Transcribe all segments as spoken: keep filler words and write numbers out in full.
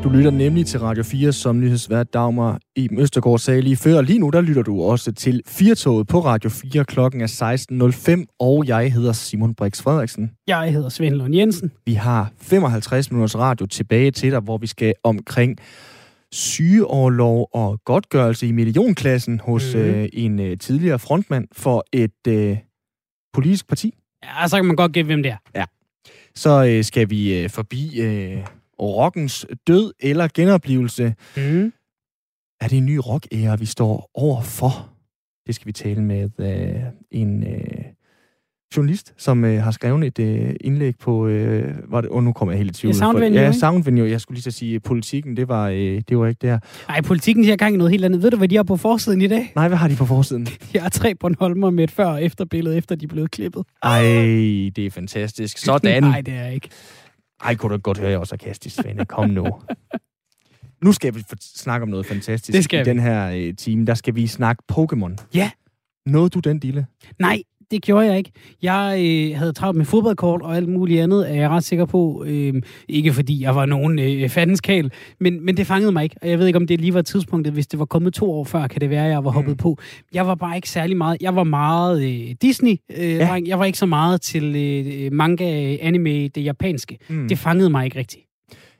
Du lytter nemlig til Radio fire, som nyhedsvært Dagmar Iben Østergaard sagde lige før. Lige nu der lytter du også til Firtoget på Radio fire. Klokken er seksten nul fem, og jeg hedder Simon Brix Frederiksen. Jeg hedder Svend Lund Jensen. Vi har femoghalvtreds minutters radio tilbage til dig, hvor vi skal omkring sygeårlov og godtgørelse i millionklassen hos mm. øh, en øh, tidligere frontmand for et øh, politisk parti. Ja, så kan man godt gætte, hvem det er. Ja. Så øh, skal vi øh, forbi øh, rockens død eller genoplevelse. Mm. Er det en ny rock-æra, vi står overfor? Det skal vi tale med øh, en øh, journalist, som øh, har skrevet et øh, indlæg på... Øh, var det, oh, nu kommer jeg helt i tvivl. Ja, Soundvenue. Ja, Soundvenue. Jeg skulle lige så sige, politikken, det var, øh, det var ikke der. Nej, politikken siger gang i noget helt andet. Ved du, hvad de har på forsiden i dag? Nej, hvad har de på forsiden? Jeg har tre Bornholmer med et før- og efterbillede, efter de er blevet klippet. Ej, det er fantastisk. Sådan. Nej, det er ikke. Ej, kunne du godt høre, jeg er også sarkastisk, Svende. Kom nu. Nu skal vi snakke om noget fantastisk. Det skal i vi. Den her øh, time. Der skal vi snakke Pokémon. Ja. Nåede du den dille? Nej, det gjorde jeg ikke. Jeg øh, havde travlt med fodboldkort og alt muligt andet, er jeg ret sikker på. Øh, ikke fordi jeg var nogen øh, fandenskal, men, men det fangede mig ikke. Og jeg ved ikke, om det lige var tidspunktet. Hvis det var kommet to år før, kan det være, jeg var hoppet mm. på. Jeg var bare ikke særlig meget. Jeg var meget øh, Disney. Øh, ja. Jeg var ikke så meget til øh, manga, anime, det japanske. Mm. Det fangede mig ikke rigtigt.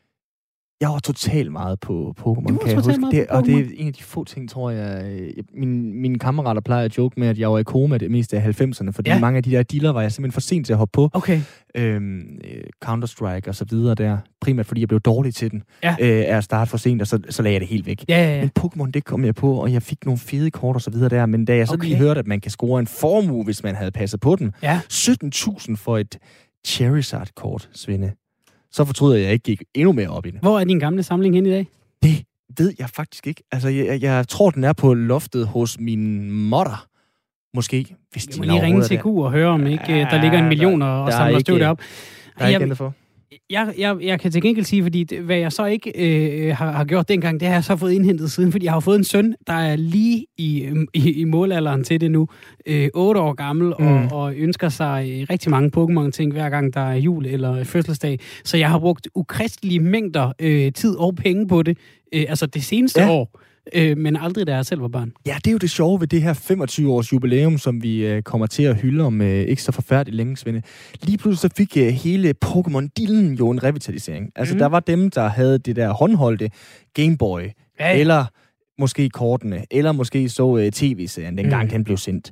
Jeg var totalt meget på Pokémon, kan jeg huske. Det, og det er en af de få ting, tror jeg... jeg mine, mine kammerater plejer at joke med, at jeg var i koma det meste af halvfemserne, fordi ja. mange af de der dealer var jeg simpelthen for sent til at hoppe på. Okay. Øhm, Counter-Strike og så videre der. Primært fordi jeg blev dårlig til den. Ja. Øh, at starte for sent, og så, så lagde jeg det helt væk. Ja, ja, ja. Men Pokémon, det kom jeg på, og jeg fik nogle fede kort og så videre der. Men da jeg så okay. lige hørte, at man kan score en formue, hvis man havde passet på den. Ja. sytten tusind for et Charizard-kort, Svende. Så fortryder jeg, at jeg ikke gik endnu mere op i det. Hvor er din gamle samling hen i dag? Det ved jeg faktisk ikke. Altså, jeg, jeg tror, den er på loftet hos min modder. Måske, hvis de må lige ringe til Q og høre, om ikke ja, der ligger en million og, og samler støv derop. Der er ikke andet for. Jeg, jeg, jeg kan til gengæld sige, fordi det, hvad jeg så ikke øh, har, har gjort dengang, det har jeg så fået indhentet siden, fordi jeg har fået en søn, der er lige i, i, i målalderen til det nu, øh, otte år gammel, mm. og, og ønsker sig rigtig mange Pokémon-ting, hver gang der er jul eller fødselsdag. Så jeg har brugt ukristelige mængder øh, tid og penge på det, øh, altså det seneste ja. år. Øh, men aldrig, da jeg selv var barn. Ja, det er jo det sjove ved det her femogtyve års jubilæum, som vi øh, kommer til at hylde om øh, ikke så forfærdeligt længe, Svende. Lige pludselig så fik øh, hele Pokémon-dillen jo en revitalisering. Altså, mm. der var dem, der havde det der håndholdte Gameboy, ja. eller måske kortene, eller måske så øh, tv-serien, dengang mm. den blev sendt.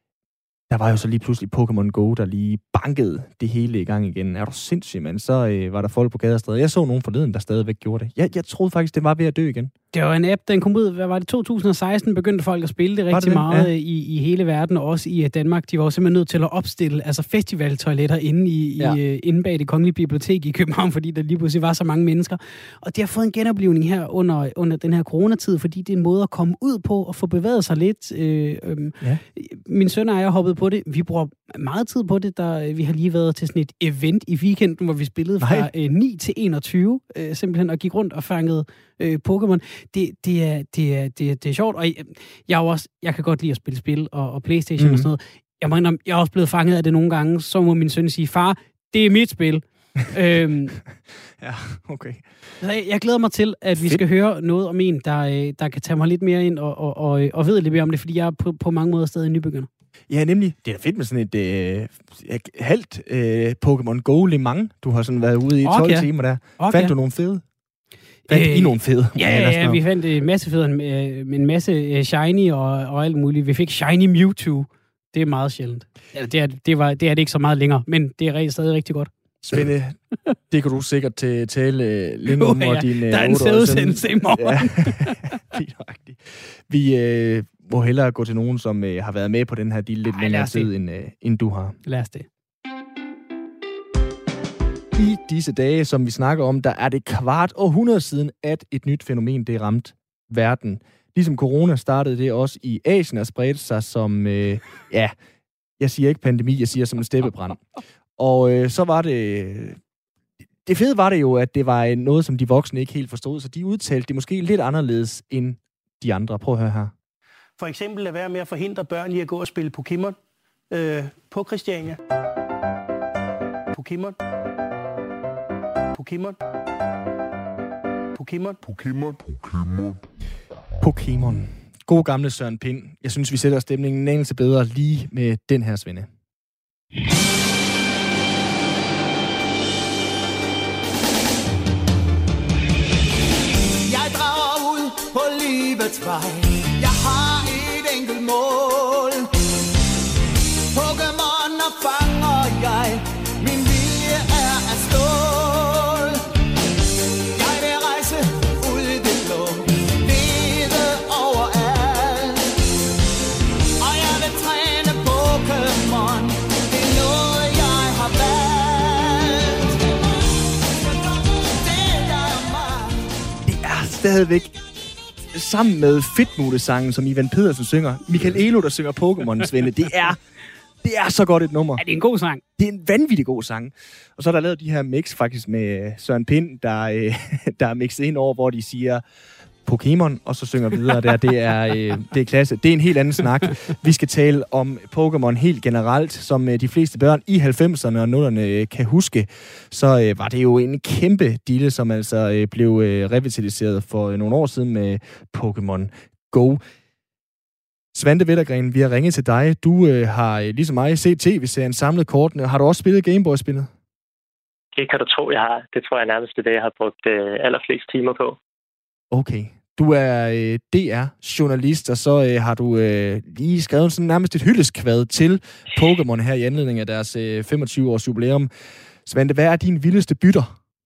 Der var jo så lige pludselig Pokémon Go, der lige bankede det hele i gang igen. Er du sindssygt, mand? Så øh, var der folk på gader og steder. Jeg så nogen forleden, der stadigvæk gjorde det. Jeg, jeg troede faktisk, det var ved at dø igen. Det var en app, den kom ud, hvad var det, to tusind og seksten, begyndte folk at spille det rigtig det meget ja. i, i hele verden, og også i Danmark. De var jo simpelthen nødt til at opstille altså festivaltoiletter inde, i, ja. i, inde bag det Kongelige Bibliotek i København, fordi der lige pludselig var så mange mennesker. Og det har fået en genoplevning her under, under den her coronatid, fordi det er en måde at komme ud på og få bevæget sig lidt. Øh, øh, ja. Min søn og jeg har hoppet på det. Vi bruger meget tid på det. Der, vi har lige været til sådan et event i weekenden, hvor vi spillede fra øh, ni til enogtyve, øh, simpelthen, og gik rundt og fangede øh, Pokémon. Det, det, er, det, er, det, er, det er sjovt, og jeg, jeg, er også, jeg kan godt lide at spille spil og, og PlayStation mm-hmm. og sådan noget. Jeg må indrømme, jeg er også blevet fanget af det nogle gange. Så må min søn sige, far, det er mit spil. øhm, ja, okay. Jeg, jeg glæder mig til, at vi Fedt. skal høre noget om en, der, der kan tage mig lidt mere ind og, og, og, og ved lidt mere om det, fordi jeg er på, på mange måder stadig nybegynder. Ja, nemlig. Det er da fedt med sådan et øh, halvt øh, Pokémon Go Le Mans. Du har sådan været ude i tolv okay. timer der. Okay. Fandt du nogle fede? Fandt øh, I nogle fede? Ja, ja, ja, vi fandt en masse fede, med en masse shiny og, og alt muligt. Vi fik shiny Mewtwo. Det er meget sjældent. Ja, det, er, det, var, det er det ikke så meget længere, men det er stadig rigtig godt. Svende, det kan du sikkert til, tale længe om, oh, ja. og din der er en sædudsendelse i morgen. Ja. Vi øh, må hellere gå til nogen, som øh, har været med på den her deal lidt Ej, længere tid, end, øh, end du har. Lad os det. I disse dage, som vi snakker om, der er det kvart århundrede siden, at et nyt fænomen, det ramt verden. Ligesom corona startede det også i Asien og spredte sig som, øh, ja, jeg siger ikke pandemi, jeg siger som en steppebrand. Og øh, så var det... Det fede var det jo, at det var noget, som de voksne ikke helt forstod, så de udtalte det måske lidt anderledes end de andre. Prøv at høre her. For eksempel at være med at forhindre børn i at gå og spille Pokémon øh, på Christiania. Pokémon. Pokémon. Pokémon. Pokémon. Pokémon. Pokémon. God gamle Søren Pind. Jeg synes, vi sætter stemningen en anelse bedre lige med den her, Svende. Jeg drager ud på livets vej. Jeg har et enkelt mål. Pokémoner fanger jeg. Min vilje er af stål. Jeg vil rejse ud i det blå. Lede overalt. Og jeg vil træne Pokémon. Det er noget, jeg har valgt. Det er jeg og mig. Det er stadigvæk sammen med Fedtmute-sangen, som Ivan Pedersen synger. Michael Elo, der synger Pokémon, Svende. Det er, det er så godt et nummer. Er det en god sang? Det er en vanvittig god sang. Og så er der lavet de her mix faktisk med Søren Pind, der, øh, der er mixet ind over, hvor de siger Pokémon, og så synger videre der. Det er, øh, det er klasse. Det er en helt anden snak. Vi skal tale om Pokémon helt generelt, som øh, de fleste børn i halvfemserne og nullerne øh, kan huske. Så øh, var det jo en kæmpe dille, som altså øh, blev øh, revitaliseret for øh, nogle år siden med Pokémon Go. Svante Wettergren, vi har ringet til dig. Du øh, har øh, ligesom mig set tv-serien Samlet Kortene. Har du også spillet Gameboy-spillet? Det kan du tro, jeg har. Det tror jeg nærmest det, jeg har brugt øh, allerflest timer på. Okay. Du er øh, D R-journalist, og så øh, har du øh, lige skrevet sådan nærmest et hyldestkvad til Pokémon her i anledning af deres øh, femogtyve-års jubilæum. Svante, hvad er din vildeste bytter?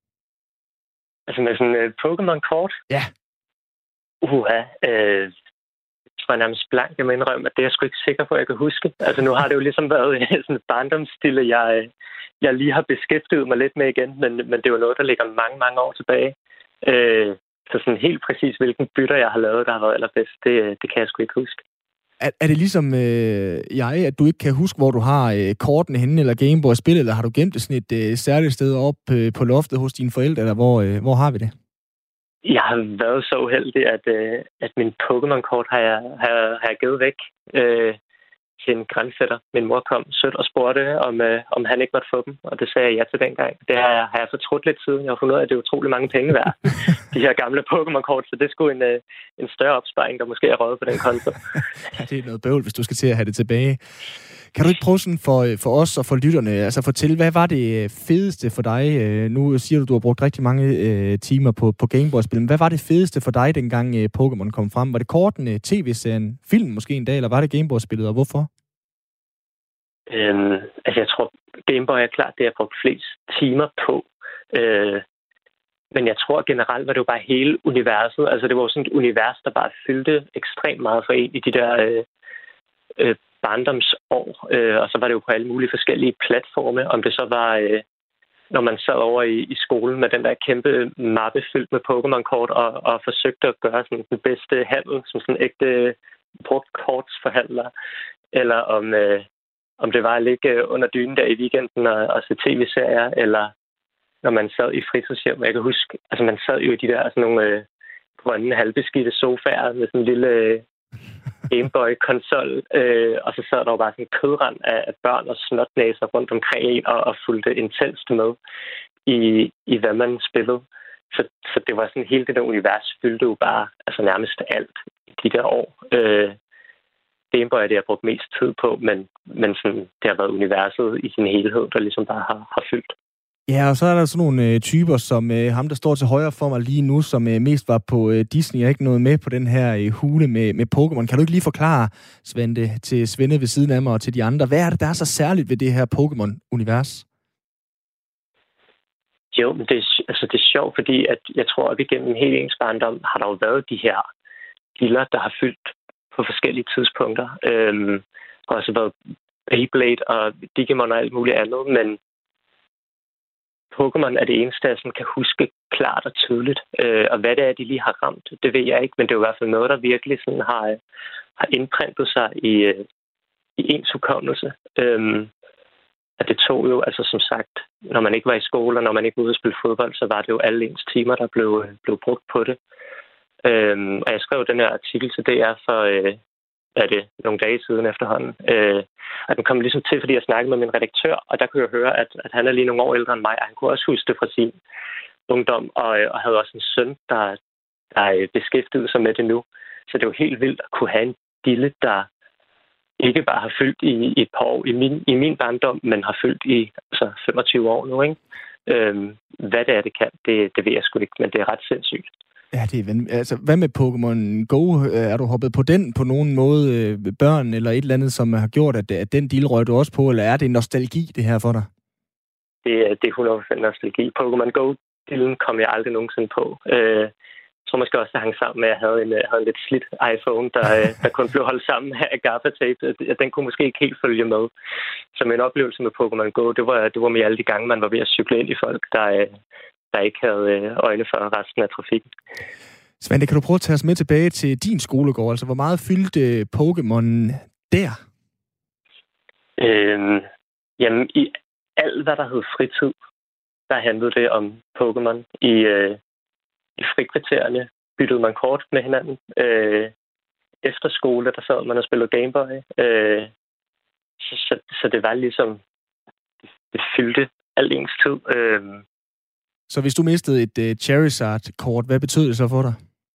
Altså med sådan et øh, Pokémon-kort? Ja. Uha, øh, jeg tror jeg nærmest blankt, jeg må indrømme, at det er jeg sgu ikke sikker på, at jeg kan huske. Altså nu har det jo ligesom været sådan et barndomsstille, jeg, jeg lige har beskæftiget mig lidt med igen, men, men det er jo noget, der ligger mange, mange år tilbage. Øh, Så sådan helt præcis, hvilken bytter jeg har lavet, der har været allerbedst, det, det kan jeg sgu ikke huske. Er, er det ligesom øh, jeg, at du ikke kan huske, hvor du har øh, kortene henne, eller Gameboy-spil, eller har du gemt det sådan et øh, særligt sted op øh, på loftet hos dine forældre, eller hvor, øh, hvor har vi det? Jeg har været så uheldig, at, øh, at min Pokémon-kort har jeg, har, har jeg givet væk øh, til en grænsætter. Min mor kom sødt og spurgte, om, øh, om han ikke måtte få dem, og det sagde jeg ja til dengang. Det har jeg, har jeg fortrudt lidt siden. Jeg har fundet ud af, at det er utrolig mange penge værd, de her gamle Pokémon-kort, så det skulle en, øh, en større opsparing, der måske er røget på den konto. Ja, det er noget bøvl, hvis du skal til at have det tilbage. Kan du ikke prøve sådan for, for os og for lytterne, altså fortælle, hvad var det fedeste for dig? Nu siger du, du har brugt rigtig mange øh, timer på, på Gameboy-spil, men hvad var det fedeste for dig, dengang øh, Pokémon kom frem? Var det kortene, tv-serien, film måske en dag, eller var det Gameboy-spillet, og hvorfor? Øhm, altså jeg tror, Gameboy er klart det, jeg har brugt flest timer på. Øh, men jeg tror generelt, var det jo bare hele universet. Altså det var jo sådan et univers, der bare fyldte ekstremt meget for en i de der øh, øh, barndomsår. Øh, og så var det jo på alle mulige forskellige platforme. Om det så var, øh, når man sad over i, i skolen med den der kæmpe mappe fyldt med Pokémon-kort og, og forsøgte at gøre sådan den bedste handel, som sådan ægte brugt kortsforhandler. Eller om... Øh, Om det var at ligge under dynen der i weekenden og, og se tv-serier, eller når man sad i fritidshjem. Jeg kan huske, altså man sad jo i de der sådan nogle øh, grønne, halvbeskidte sofaer med sådan en lille øh, Gameboy-konsol, øh, og så sad der jo bare sådan en kødrand af, af børn og snotnæser rundt omkring en og, og fulgte intenst med i, i hvad man spillede. Så, så det var sådan, hele det der univers fyldte jo bare altså nærmest alt i de der år. Øh, Gameboy er det, jeg har brugt mest tid på, men, men sådan, det har været universet i sin helhed, der ligesom bare har, har fyldt. Ja, og så er der sådan nogle øh, typer, som øh, ham, der står til højre for mig lige nu, som øh, mest var på øh, Disney, og ikke noget med på den her øh, hule med, med Pokémon. Kan du ikke lige forklare, Svante, til Svende ved siden af mig og til de andre, hvad er det, der er så særligt ved det her Pokémon-univers? Jo, men det, altså, det er sjovt, fordi at jeg tror, at igennem hele ens barndom har der jo været de her gilder, der har fyldt på forskellige tidspunkter. Øhm, der har også været Beyblade og Digimon og alt muligt andet, men Pokémon er det eneste, jeg sådan kan huske klart og tydeligt. Øh, og hvad det er, de lige har ramt, det ved jeg ikke, men det er jo i hvert fald noget, der virkelig sådan har, har indprintet sig i, i ens hukommelse. Øhm, at det tog jo, altså som sagt, når man ikke var i skole, og når man ikke var ude at spille fodbold, så var det jo alle ens timer, der blev, blev brugt på det. Øhm, og jeg skrev den her artikel til D R for øh, er det, nogle dage siden efterhånden. Øh, og den kom ligesom til, fordi jeg snakkede med min redaktør, og der kunne jeg høre, at, at han er lige nogle år ældre end mig, og han kunne også huske det fra sin ungdom, og, og havde også en søn, der, der beskæftigede sig med det nu. Så det er jo helt vildt at kunne have en dille, der ikke bare har fyldt i, i et par år i min, i min barndom, men har fyldt i altså femogtyve år nu, ikke? Øhm, hvad det er, det kan, det, det ved jeg sgu ikke, men det er ret sindssygt. Ja, det er, altså, hvad med Pokémon Go? Er du hoppet på den på nogen måde, børn eller et eller andet, som har gjort, at, at den deal røg du også på, eller er det nostalgi, det her for dig? Det, det er hundrede procent nostalgi. Pokémon Go-dealen kom jeg aldrig nogensinde på. Øh, Jeg tror måske også, det hang sammen med, at jeg havde en, jeg havde en lidt slidt iPhone, der, der kun blev holdt sammen af gaffatape. Den kunne måske ikke helt følge med. Så min oplevelse med Pokémon Go, det var, det var med alle de gange, man var ved at cykle ind i folk, der, der ikke havde øjne for resten af trafikken. Svante, kan du prøve at tage os med tilbage til din skolegård? Altså, hvor meget fyldte Pokémon der? Øhm, jamen, i alt, hvad der hed fritid, der handlede det om Pokémon. I... Øh, I frikvartererne byttede man kort med hinanden. Øh, efter skole, der sad man og spillede Gameboy. Øh, så, så, så det var ligesom... Det, det fyldte al ens tid. Øh, så hvis du mistede et uh, Charizard-kort, hvad betød det så for dig?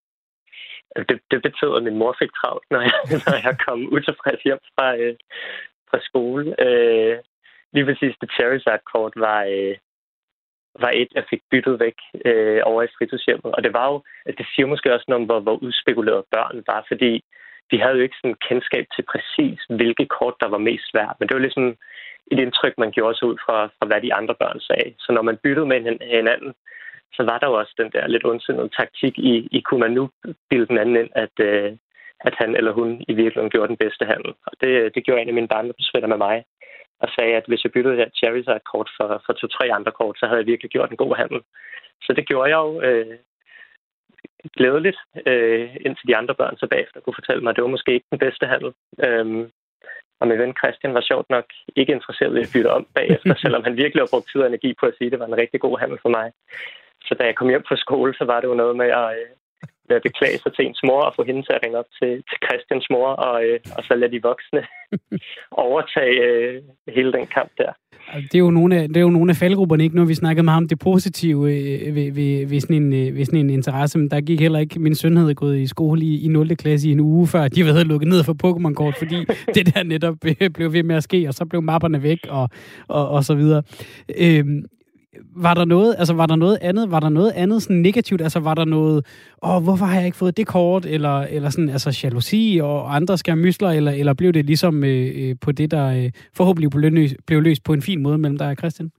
Det, det betød, at min mor fik travlt, når jeg, når jeg kom utilfreds hjem fra, øh, fra skole. Øh, lige præcis det Charizard-kort var... Øh, var et, jeg fik byttet væk øh, over i fritidshjemmet. Og det var jo, at det siger måske også noget om, hvor, hvor udspekulerede børn var, fordi de havde jo ikke sådan kendskab til præcis, hvilke kort, der var mest værd. Men det var ligesom et indtryk, man gjorde sig ud fra, fra hvad de andre børn sagde. Så når man byttede med hinanden, så var der jo også den der lidt ondsindede taktik i, i kunne man nu bilde den anden ind, at, øh, at han eller hun i virkeligheden gjorde den bedste handel. Og det, det gjorde en af mine barndomsvenner med mig, og sagde, at hvis jeg byttede her Charizard-kort for, for to-tre andre kort, så havde jeg virkelig gjort en god handel. Så det gjorde jeg jo øh, glædeligt, øh, indtil de andre børn så bagefter kunne fortælle mig, at det var måske ikke den bedste handel. Øhm, og min ven Christian var sjovt nok ikke interesseret i at bytte om bagefter, selvom han virkelig har brugt tid og energi på at sige, at det var en rigtig god handel for mig. Så da jeg kom hjem fra skole, så var det jo noget med at... Øh, at beklage sig til ens mor og få hende til at ringe op til, til Christians mor, og, øh, og så lade de voksne overtage øh, hele den kamp der. Det er jo nogle af, det er jo nogle af faldgrupperne, ikke? Nu har vi snakket meget om det positive øh, ved, ved, ved, sådan en, øh, ved sådan en interesse, men der gik heller ikke, min søn havde gået i skole i, i nul klasse i en uge, før de havde lukket ned for Pokémon-kort, fordi det der netop øh, blev ved med at ske, og så blev mapperne væk, og, og, og så videre. Øh, Var der noget, altså var der noget andet, var der noget andet sådan negativt, altså var der noget, åh, hvorfor har jeg ikke fået det kort, eller, eller sådan, altså jalousi og andre skærmysler, eller, eller blev det ligesom øh, på det, der øh, forhåbentlig blev løst, blev løst på en fin måde mellem dig og Christian?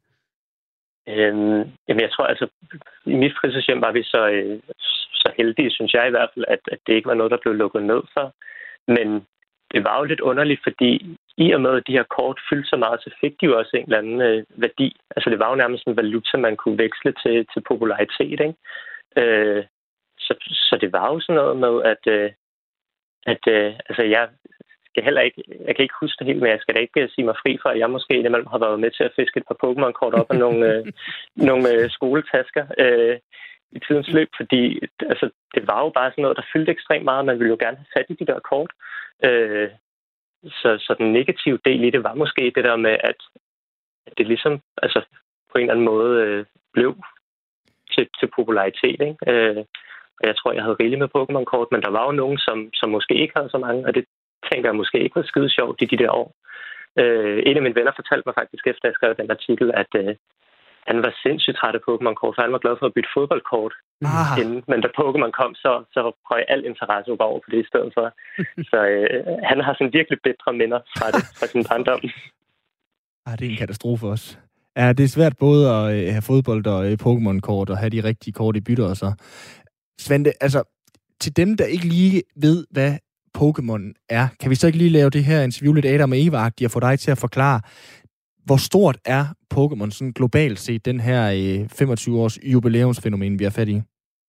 Øhm, jamen jeg tror altså, i mit fritidshjem var vi så, øh, så heldige, synes jeg i hvert fald, at, at det ikke var noget, der blev lukket ned for, men det var jo lidt underligt, fordi i og med, at de her kort fyldte så meget, så fik de jo også en eller anden øh, værdi. Altså det var jo nærmest en valuta, man kunne veksle til, til popularitet, ikke? Øh, så, så det var jo sådan noget med, at, øh, at øh, altså jeg skal heller ikke, jeg kan ikke huske det helt, men jeg skal da ikke sige mig fri fra, at jeg måske indimellem har været med til at fiske et par Pokémon-kort op af nogle, øh, nogle øh, skoletasker øh, i tidens løb, fordi altså, det var jo bare sådan noget, der fyldte ekstremt meget, man ville jo gerne have fat i de der kort. Øh, Så, så den negative del i det var måske det der med, at, at det ligesom altså, på en eller anden måde øh, blev til, til popularitet. Ikke? Øh, og jeg tror, jeg havde rigeligt med Pokémon-kort, men der var jo nogen, som, som måske ikke havde så mange, og det tænker jeg måske ikke var skide sjovt i de der år. Øh, en af mine venner fortalte mig faktisk, efter jeg skrev den artikel, at øh, han var sindssygt træt af Pokémon-kort, for han var glad for at bytte fodboldkort ah. inden. Men da Pokémon kom, så, så røg al interesse over på det i stedet for. Så øh, han har sådan virkelig bedre minder fra det, fra sin barndom. Ah, det er en katastrofe også. Ja, det er svært både at øh, have fodbold og øh, Pokémon-kort og have de rigtige kort i bytter og så. Svante, altså, til dem, der ikke lige ved, hvad Pokémon er, kan vi så ikke lige lave det her interview lidt Adam og Eva-agtigt og få dig til at forklare, hvor stort er Pokémon sådan globalt set, den her øh, femogtyve års jubilæumsfænomen, vi har fat i?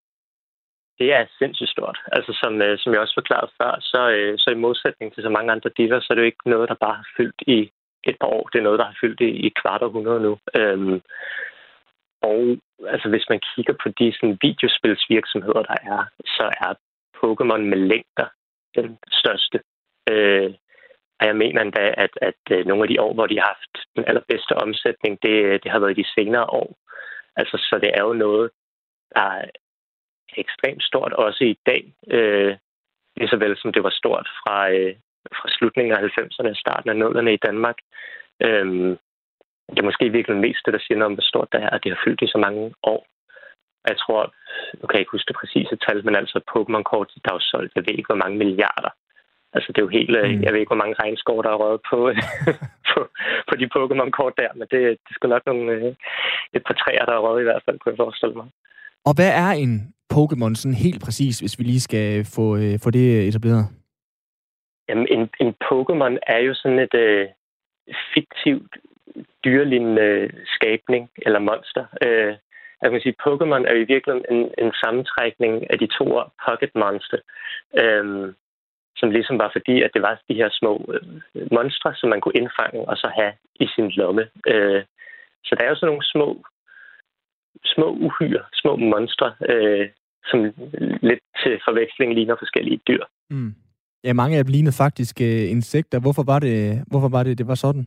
Det er sindssygt stort. Altså, som, øh, som jeg også forklarede før, så, øh, så i modsætning til så mange andre ditter, så er det jo ikke noget, der bare har fyldt i et par år. Det er noget, der har fyldt i, i kvart århundrede nu. Øhm, og altså, hvis man kigger på de sådan, videospilsvirksomheder, der er, så er Pokémon med længder den største. Øh, Og jeg mener endda, at, at, at nogle af de år, hvor de har haft den allerbedste omsætning, det, det har været de senere år. Altså, så det er jo noget, der er ekstremt stort også i dag, øh, lige så vel som det var stort fra, øh, fra slutningen af halvfemserne og starten af nullerne i Danmark. Øhm, det er måske virkelig mest det, der siger noget om, hvor stort det er, at det har fyldt i så mange år. Jeg tror, nu kan jeg ikke huske det præcise tal, men altså Pokémon-kort, der er jo solgt, jeg ved ikke, hvor mange milliarder. Altså det er jo helt, mm. jeg ved ikke, hvor mange regnskov, der er røget på, på, på de Pokémon-kort der, men det, det skal nok nogle, et par træer, der er røget i hvert fald, kunne jeg forestille mig. Og hvad er en Pokémon sådan helt præcis, hvis vi lige skal få, få det etableret? Jamen, en, en Pokémon er jo sådan et øh, fiktivt dyrelignende skabning eller monster. Øh, jeg kan sige, Pokémon er jo i virkeligheden en, en sammentrækning af de to ord Pocket Monster, øh, som ligesom var fordi, at det var de her små øh, monstre, som man kunne indfange og så have i sin lomme. Øh, så der er jo sådan nogle små, små uhyre, små monstre, øh, som lidt til forveksling ligner forskellige dyr. Mm. Ja, mange af dem lignede faktisk øh, insekter. Hvorfor var det, hvorfor var det, det var sådan?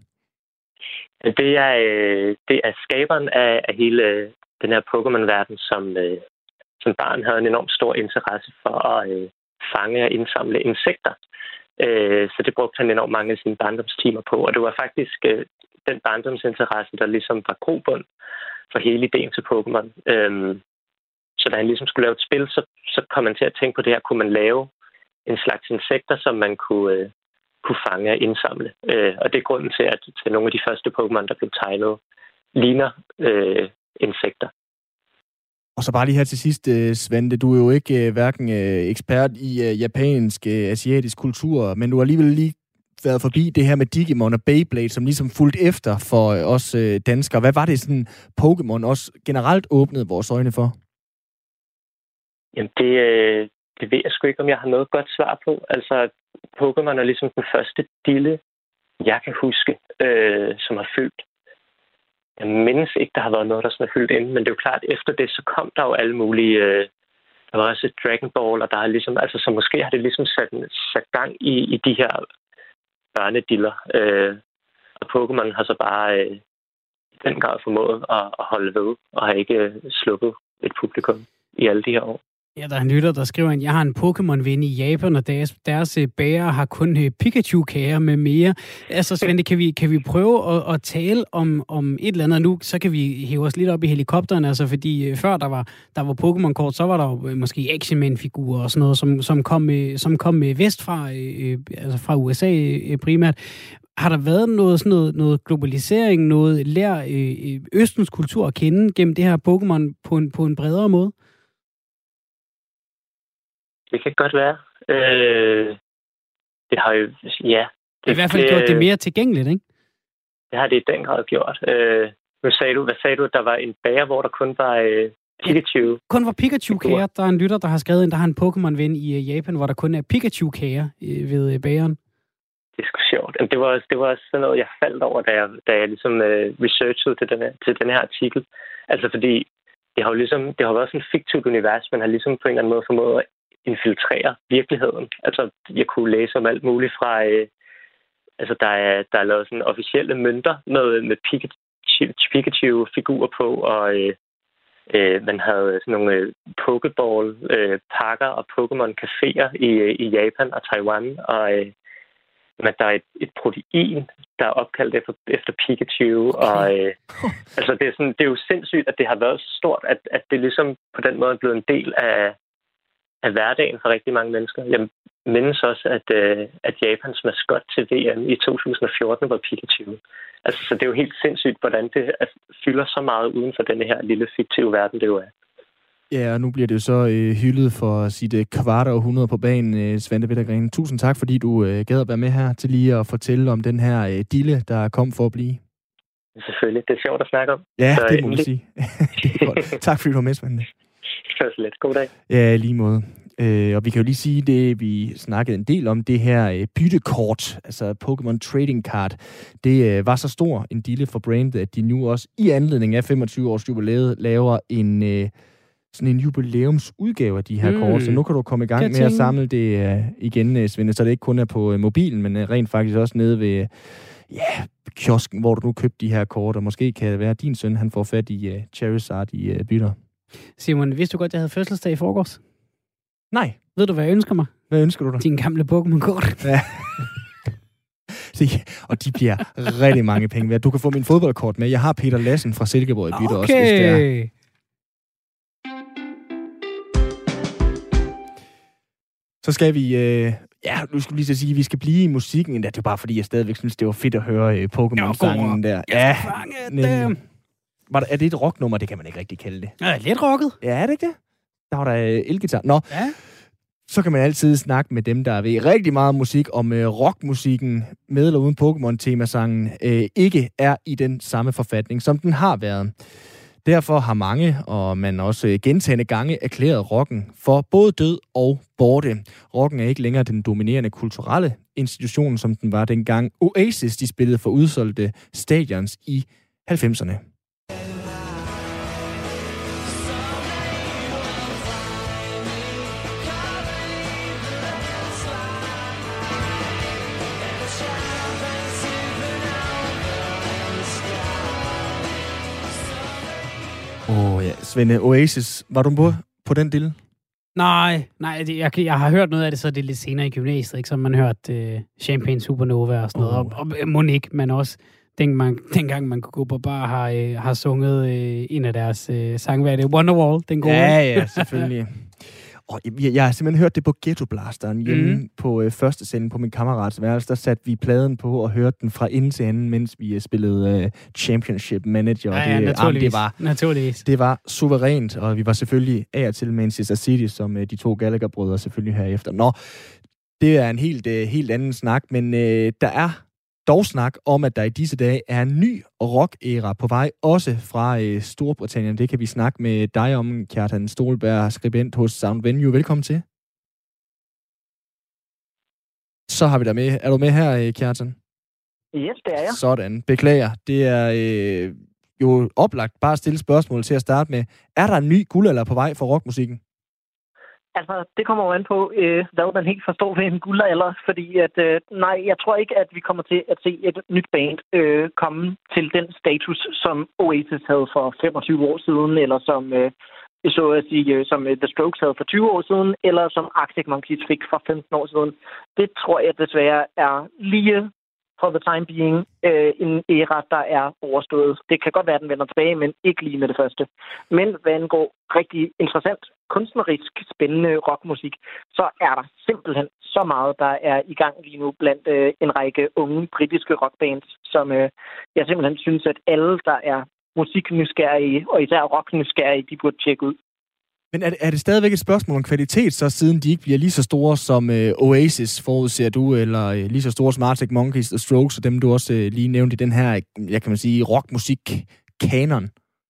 Det er, øh, det er skaberen af, af hele den her Pokémon-verden, som, øh, som barn havde en enormt stor interesse for at øh, fange og indsamle insekter. Øh, så det brugte han enormt mange af sine barndomstimer på. Og det var faktisk øh, den barndomsinteresse, der ligesom var grobund for hele ideen til Pokémon. Øh, så da han ligesom skulle lave et spil, så, så kom man til at tænke på det her, kunne man lave en slags insekter, som man kunne, øh, kunne fange og indsamle. Øh, og det er grunden til, at til nogle af de første Pokémon, der blev tegnet, ligner øh, insekter. Og så bare lige her til sidst, Svante, du er jo ikke øh, hverken øh, ekspert i øh, japansk, øh, asiatisk kultur, men du har alligevel lige været forbi det her med Digimon og Beyblade, som ligesom fulgte efter for øh, os øh, danskere. Hvad var det sådan, Pokémon også generelt åbnede vores øjne for? Jamen, det, øh, det ved jeg sgu ikke, om jeg har noget godt svar på. Altså, Pokémon er ligesom den første dille, jeg kan huske, øh, som har fyldt. Jeg mindes ikke, der har været noget, der sådan er fyldt ind, men det er jo klart, efter det, så kom der jo alle mulige... Øh, der var også et Dragon Ball, og der har ligesom... Altså, så måske har det ligesom sat, sat gang i, i de her børnediller. Øh, og Pokémon har så bare øh, i den grad formået at, at holde ved, og har ikke øh, sluppet et publikum i alle de her år. Ja, der er en lytter, der skriver, at jeg har en Pokémon-ven i Japan, og deres, deres bager har kun Pikachu-kager med mere. Altså, Svante, kan vi, kan vi prøve at, at tale om, om et eller andet nu? Så kan vi hæve os lidt op i helikopteren, altså, fordi før der var, der var Pokémon-kort, så var der jo måske Action-Man-figurer og sådan noget, som, som kom med, som kom med vest fra, øh, altså fra U S A øh, primært. Har der været noget, sådan noget, noget globalisering, noget lær øh, Østens kultur at kende gennem det her Pokémon på en, på en bredere måde? Det kan godt være. Øh, det har jo, ja. Det, I hvert fald det, gjort det mere tilgængeligt, ikke? Det har det i den grad gjort. Øh, nu sagde du, hvad sagde du, der var en bager, hvor der kun var øh, Pikachu? Ja, kun var Pikachu-kager. Der er en lytter, der har skrevet ind, der har en Pokémon-ven i uh, Japan, hvor der kun er Pikachu-kager uh, ved uh, bageren. Det er sgu sjovt. Det var, det var sådan noget, jeg faldt over, da jeg, da jeg ligesom uh, researchede til den, her, til den her artikel. Altså fordi, det har jo ligesom, det har været sådan et fiktivt univers, man har ligesom på en eller anden måde formået at infiltrere virkeligheden. Altså, jeg kunne læse om alt muligt fra... Øh, altså, der er, der er lavet sådan officielle mønter med, med Pikachu, Pikachu-figurer på, og øh, øh, man havde sådan nogle øh, Pokéball-pakker øh, og Pokémon-caféer i, i Japan og Taiwan, og øh, men der er et, et protein, der er opkaldt efter, efter Pikachu, okay. og øh, altså, det er, sådan, det er jo sindssygt, at det har været så stort, at, at det ligesom på den måde er blevet en del af af hverdagen for rigtig mange mennesker. Jeg mindes også, at, øh, at Japans maskot til V M i to tusind og fjorten var Pikachu. Altså, så det er jo helt sindssygt, hvordan det altså, fylder så meget uden for denne her lille fiktive verden, det jo er. Ja, og nu bliver det jo så øh, hyldet for sit øh, kvart og hundrede på banen, øh, Svante Wettergren. Tusind tak, fordi du øh, gad at være med her til lige at fortælle om den her øh, dille, der kom for at blive. Selvfølgelig. Det er sjovt at snakke om. Ja, så, det må man sige. Det er godt. Tak, fordi du var med, Svante. Lidt. God dag. Ja, lige måde. Øh, og vi kan jo lige sige det, vi snakkede en del om, det her øh, byttekort, altså Pokémon Trading Card, det øh, var så stor en dille for brandet, at de nu også i anledning af femogtyve års jubilæet laver en øh, sådan en jubilæumsudgave af de her mm. kort. Så nu kan du komme i gang med at samle det øh, igen, øh, Svende, så det ikke kun er på øh, mobilen, men øh, rent faktisk også nede ved øh, ja, kiosken, hvor du nu købte de her kort, og måske kan det være, at din søn han får fat i øh, Charizard i øh, bytter. Simon, vidste du godt, jeg havde fødselsdag i forgårs? Nej. Ved du, hvad jeg ønsker mig? Hvad ønsker du dig? Din gamle Pokémon-kort. Ja. Se, og de bliver rigtig mange penge værd. Du kan få min fodboldkort med. Jeg har Peter Lassen fra Silkeborg i bytte okay. også, hvis det er. Så skal vi... Øh, ja, nu skulle lige så sige, at vi skal blive i musikken. Det er bare fordi, jeg stadigvæk synes, det var fedt at høre øh, Pokémon-sangen der. Ja, men, var der, er det et rocknummer? Det kan man ikke rigtig kalde det. Ja, lidt rocket. Ja, er det ikke det? Der var der øh, elgitar. Nå, ja. Så kan man altid snakke med dem, der ved rigtig meget musik, om øh, rockmusikken med eller uden Pokémon-temasangen øh, ikke er i den samme forfatning, som den har været. Derfor har mange, og man også gentagende gange, erklæret rocken for både død og borte. Rocken er ikke længere den dominerende kulturelle institution, som den var dengang Oasis, de spillede for udsolgte stadions i halvfemserne. Åh oh, ja, Svende, Oasis, var du på, på den del? Nej, nej, det, jeg, jeg har hørt noget af det, så det er lidt senere i gymnasiet, ikke? Så man har hørt uh, Champagne Supernova og sådan noget, oh. og, og Monique, men også den, man, dengang man kunne gå på bar, har, uh, har sunget uh, en af deres uh, sange, hvad er det? Wonderwall, den gode. Ja, ja, selvfølgelig. Og jeg, jeg har simpelthen hørt det på Ghetto Blasteren hjemme mm. på øh, første sending på min kammerats værelse. Der satte vi pladen på og hørte den fra ende til anden, mens vi øh, spillede øh, Championship Manager. Ja, ja, det, naturligvis. Øh, det, var, naturligvis. det var suverænt, og vi var selvfølgelig af og til Manchester City, som øh, de to Gallagher-brødre selvfølgelig herefter. Nå, det er en helt, øh, helt anden snak, men øh, der er dog snak om, at der i disse dage er en ny rock-æra på vej, også fra øh, Storbritannien. Det kan vi snakke med dig om, Kjartan Stolberg, skribent hos Sound Venue. Velkommen til. Så har vi dig med. Er du med her, Kjartan? Yes, det er jeg. Sådan. Beklager. Det er øh, jo oplagt bare at stille spørgsmål til at starte med. Er der en ny guldalder på vej for rockmusikken? Altså, det kommer jo an på, øh, hvad man helt forstår ved en guldalder, fordi at, øh, nej, jeg tror ikke, at vi kommer til at se et nyt band øh, komme til den status, som Oasis havde for femogtyve år siden, eller som, øh, så at sige, øh, som The Strokes havde for tyve år siden, eller som Arctic Monkeys fik for femten år siden. Det tror jeg desværre er lige for the time being øh, en æra, der er overstået. Det kan godt være, at den vender tilbage, men ikke lige med det første. Men hvad angår rigtig interessant, kunstnerisk, spændende rockmusik, så er der simpelthen så meget, der er i gang lige nu blandt øh, en række unge britiske rockbands, som øh, jeg simpelthen synes, at alle, der er musiknysgerrige, og især rocknysgerrige, de burde tjekke ud. Men er det, er det stadigvæk et spørgsmål om kvalitet, så siden de ikke bliver lige så store som øh, Oasis, forudser du, eller øh, lige så store som Arctic Monkeys og Strokes, og dem du også øh, lige nævnte i den her, jeg kan man sige, rockmusik-kanon?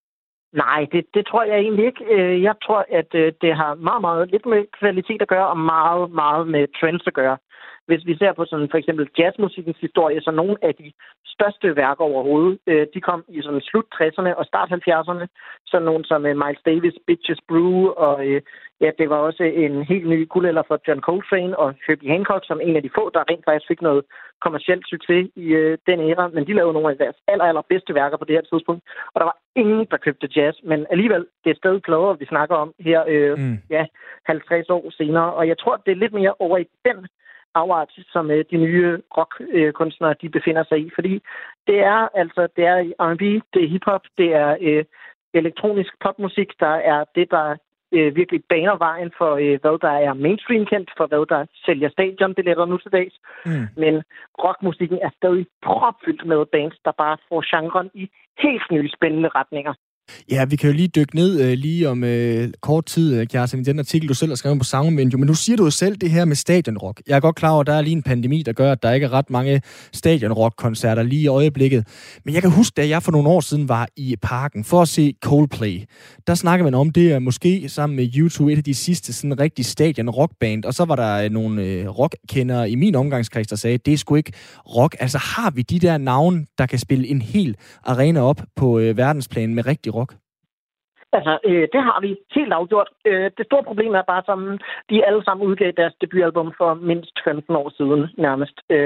Nej, det, det tror jeg egentlig ikke. Jeg tror, at det har meget, meget lidt med kvalitet at gøre, og meget, meget med trends at gøre. Hvis vi ser på sådan for eksempel jazzmusikkens historie, så nogle af de største værker overhovedet, de kom i sådan slut tresserne og start halvfjerdserne. Så nogle som Miles Davis, Bitches Brew, og ja, det var også en helt ny guldalder for John Coltrane og Herbie Hancock, som en af de få, der rent faktisk fik noget kommercielt succes i øh, den æra. Men de lavede nogle af deres aller, aller bedste værker på det her tidspunkt. Og der var ingen, der købte jazz, men alligevel, det er stadig plader, vi snakker om her, øh, mm. ja, halvtreds år senere. Og jeg tror, det er lidt mere over i den afart, som øh, de nye rockkunstnere, øh, de befinder sig i. Fordi det er altså, det er R and B, det er hiphop, det er øh, elektronisk popmusik, der er det, der øh, virkelig baner vejen for, øh, hvad der er mainstream kendt, for hvad der sælger stadionbilletter nu til dags. Mm. Men rockmusikken er stadig propfyldt med bands, der bare får genren i helt nye spændende retninger. Ja, vi kan jo lige dykke ned øh, lige om øh, kort tid, Kjartan, i den artikel, du selv har skrevet på Sound Venue. Men nu siger du jo selv det her med stadionrock. Jeg er godt klar over, at der er lige en pandemi, der gør, at der ikke er ret mange stadionrock-koncerter lige i øjeblikket. Men jeg kan huske, da jeg for nogle år siden var i Parken for at se Coldplay. Der snakkede man om, det er måske sammen med U to et af de sidste sådan rigtig stadion-rockband. Og så var der nogle øh, rockkendere i min omgangskreds, der sagde, det er sgu ikke rock. Altså har vi de der navne, der kan spille en hel arena op på øh, verdensplan med rigtig rock? Altså, øh, det har vi helt afgjort. Øh, det store problem er bare, som de alle sammen udgav deres debutalbum for mindst femten år siden nærmest. Øh,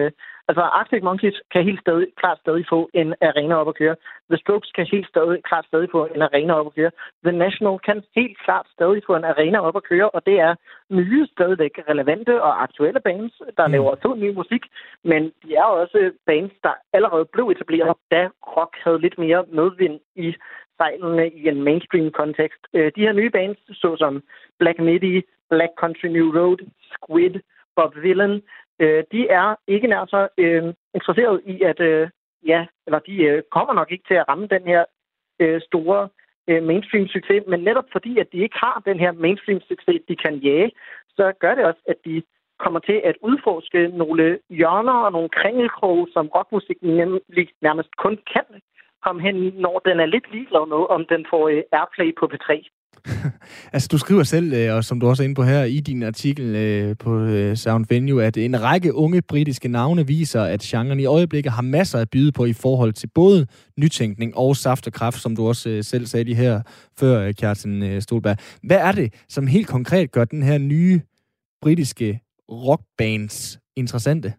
Altså, Arctic Monkeys kan helt stadig, klart stadig få en arena op at køre. The Strokes kan helt stadig, klart stadig få en arena op at køre. The National kan helt klart stadig få en arena op at køre, og det er nye, stadigvæk relevante og aktuelle bands, der mm. laver fed ny musik, men de er også bands, der allerede blev etableret, da rock havde lidt mere medvind i sejlene i en mainstream-kontekst. De her nye bands, såsom Black Midi, Black Country New Road, Squid, Bob Vylan, de er ikke nær så øh, interesseret i, at øh, ja, eller de øh, kommer nok ikke til at ramme den her øh, store øh, mainstream-succes, men netop fordi, at de ikke har den her mainstream-succes, de kan jage, så gør det også, at de kommer til at udforske nogle hjørner og nogle kringelkroge, som rockmusik nemlig nærmest kun kan komme hen, når den er lidt ligeglad med, om den får øh, airplay på P tre. Altså, du skriver selv, og som du også er inde på her i din artikel på Sound Venue, at en række unge britiske navne viser, at genren i øjeblikket har masser at byde på i forhold til både nytænkning og saft og kraft, som du også selv sagde lige her før, Kjartan Stolberg. Hvad er det, som helt konkret gør den her nye britiske rockbands interessante?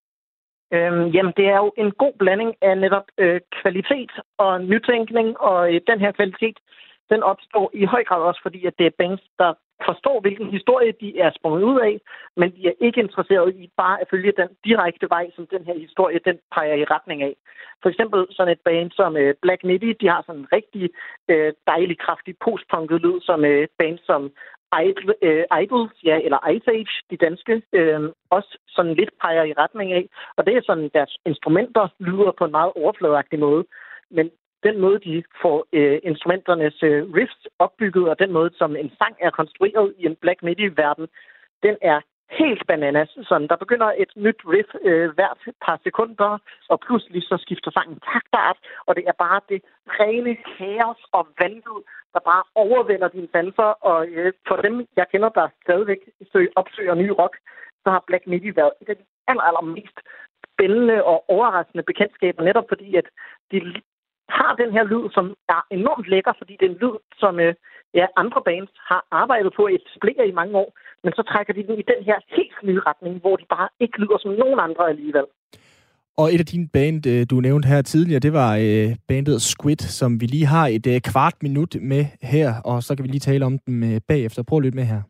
Øhm, jamen, det er jo en god blanding af netop øh, kvalitet og nytænkning, og øh, den her kvalitet, den opstår i høj grad også, fordi at det er bands, der forstår, hvilken historie de er sprunget ud af, men de er ikke interesseret i bare at følge den direkte vej, som den her historie, den peger i retning af. For eksempel sådan et band som uh, Black Midi, de har sådan en rigtig uh, dejlig, kraftig postpunket lyd, som uh, band som Idol, uh, Idols, ja, eller Ice Age, de danske, uh, også sådan lidt peger i retning af. Og det er sådan, deres instrumenter lyder på en meget overfladeagtig måde, men den måde, de får øh, instrumenternes øh, riffs opbygget, og den måde, som en sang er konstrueret i en Black Midi-verden, den er helt bananas. Sådan, der begynder et nyt riff øh, hvert par sekunder, og pludselig så skifter sangen taktart, og det er bare det rene kaos og vanvid, der bare overvælder dine sanser. Og øh, for dem, jeg kender, der stadigvæk opsøger ny rock, så har Black Midi været et af de aller, allermest spændende og overraskende bekendtskaber, netop fordi, at de har den her lyd, som er enormt lækker, fordi det er en lyd, som øh, ja, andre bands har arbejdet på at etablere i mange år, men så trækker de den i den her helt nye retning, hvor de bare ikke lyder som nogen andre alligevel. Og et af dine band, du nævnte her tidligere, det var øh, bandet Squid, som vi lige har et øh, kvart minut med her, og så kan vi lige tale om dem øh, bagefter. Prøv at lytte med her.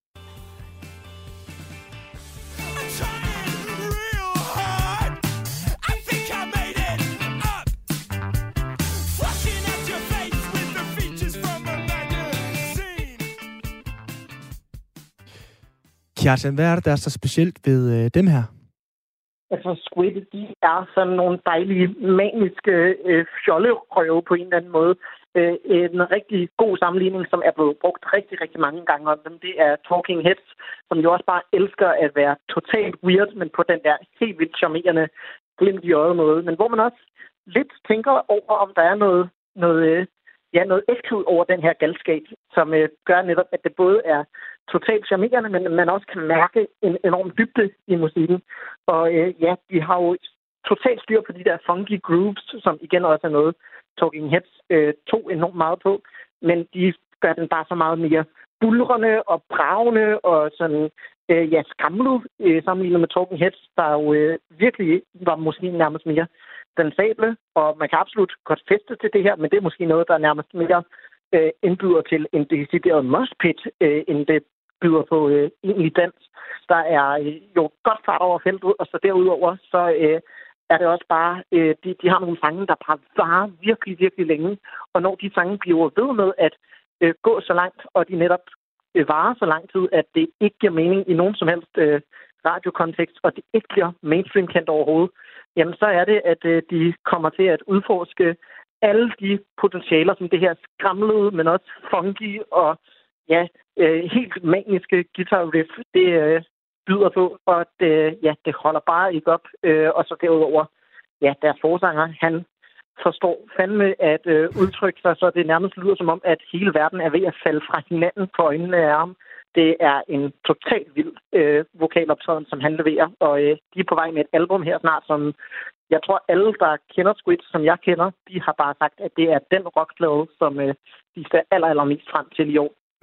Kjartan, hvad er det, der er så specielt ved øh, dem her? Altså, Squid, de er sådan nogle dejlige, maniske øh, fjollerøve på en eller anden måde. Øh, en rigtig god sammenligning, som er blevet brugt rigtig, rigtig mange gange om dem, det er Talking Heads, som jo også bare elsker at være totalt weird, men på den der helt vildt charmerende glimt i øjet måde. Men hvor man også lidt tænker over, om der er noget, noget, øh, ja, noget ægthed over den her galskab, som øh, gør netop, at det både er totalt charmerende, men man også kan mærke en enorm dybde i musikken. Og øh, ja, de har jo totalt styr på de der funky grooves, som igen også er noget, Talking Heads øh, tog enormt meget på, men de gør den bare så meget mere bulrende og bravende og sådan, øh, ja, skramlet øh, sammenlignet med Talking Heads, der jo øh, virkelig var måske nærmest mere dansable, og man kan absolut godt feste til det her, men det er måske noget, der er nærmest mere øh, indbyder til en decideret moshpit, øh, end det byder på øh, egentlig dans. Der er øh, jo godt fart over feltet, og så derudover, så øh, er det også bare, øh, de, de har nogle sange, der bare varer virkelig, virkelig længe, og når de sange bliver ved med at øh, gå så langt, og de netop øh, varer så lang tid, at det ikke giver mening i nogen som helst øh, radiokontekst, og det ikke bliver mainstream-kendt overhovedet, jamen så er det, at øh, de kommer til at udforske alle de potentialer, som det her skramlede, men også funky og ja, øh, helt maniske guitar riff, det øh, byder på, og det, ja, det holder bare ikke op. Øh, og så derudover, ja, deres forsanger, han forstår fandme at øh, udtrykke sig, så det nærmest lyder som om, at hele verden er ved at falde fra hinanden på øjnene af ham. Det er en totalt vild øh, vokaloptræden, som han leverer, og øh, de er på vej med et album her snart, som jeg tror alle, der kender Squid, som jeg kender, de har bare sagt, at det er den rockplade, som øh, de ser aller, allermest frem til i år.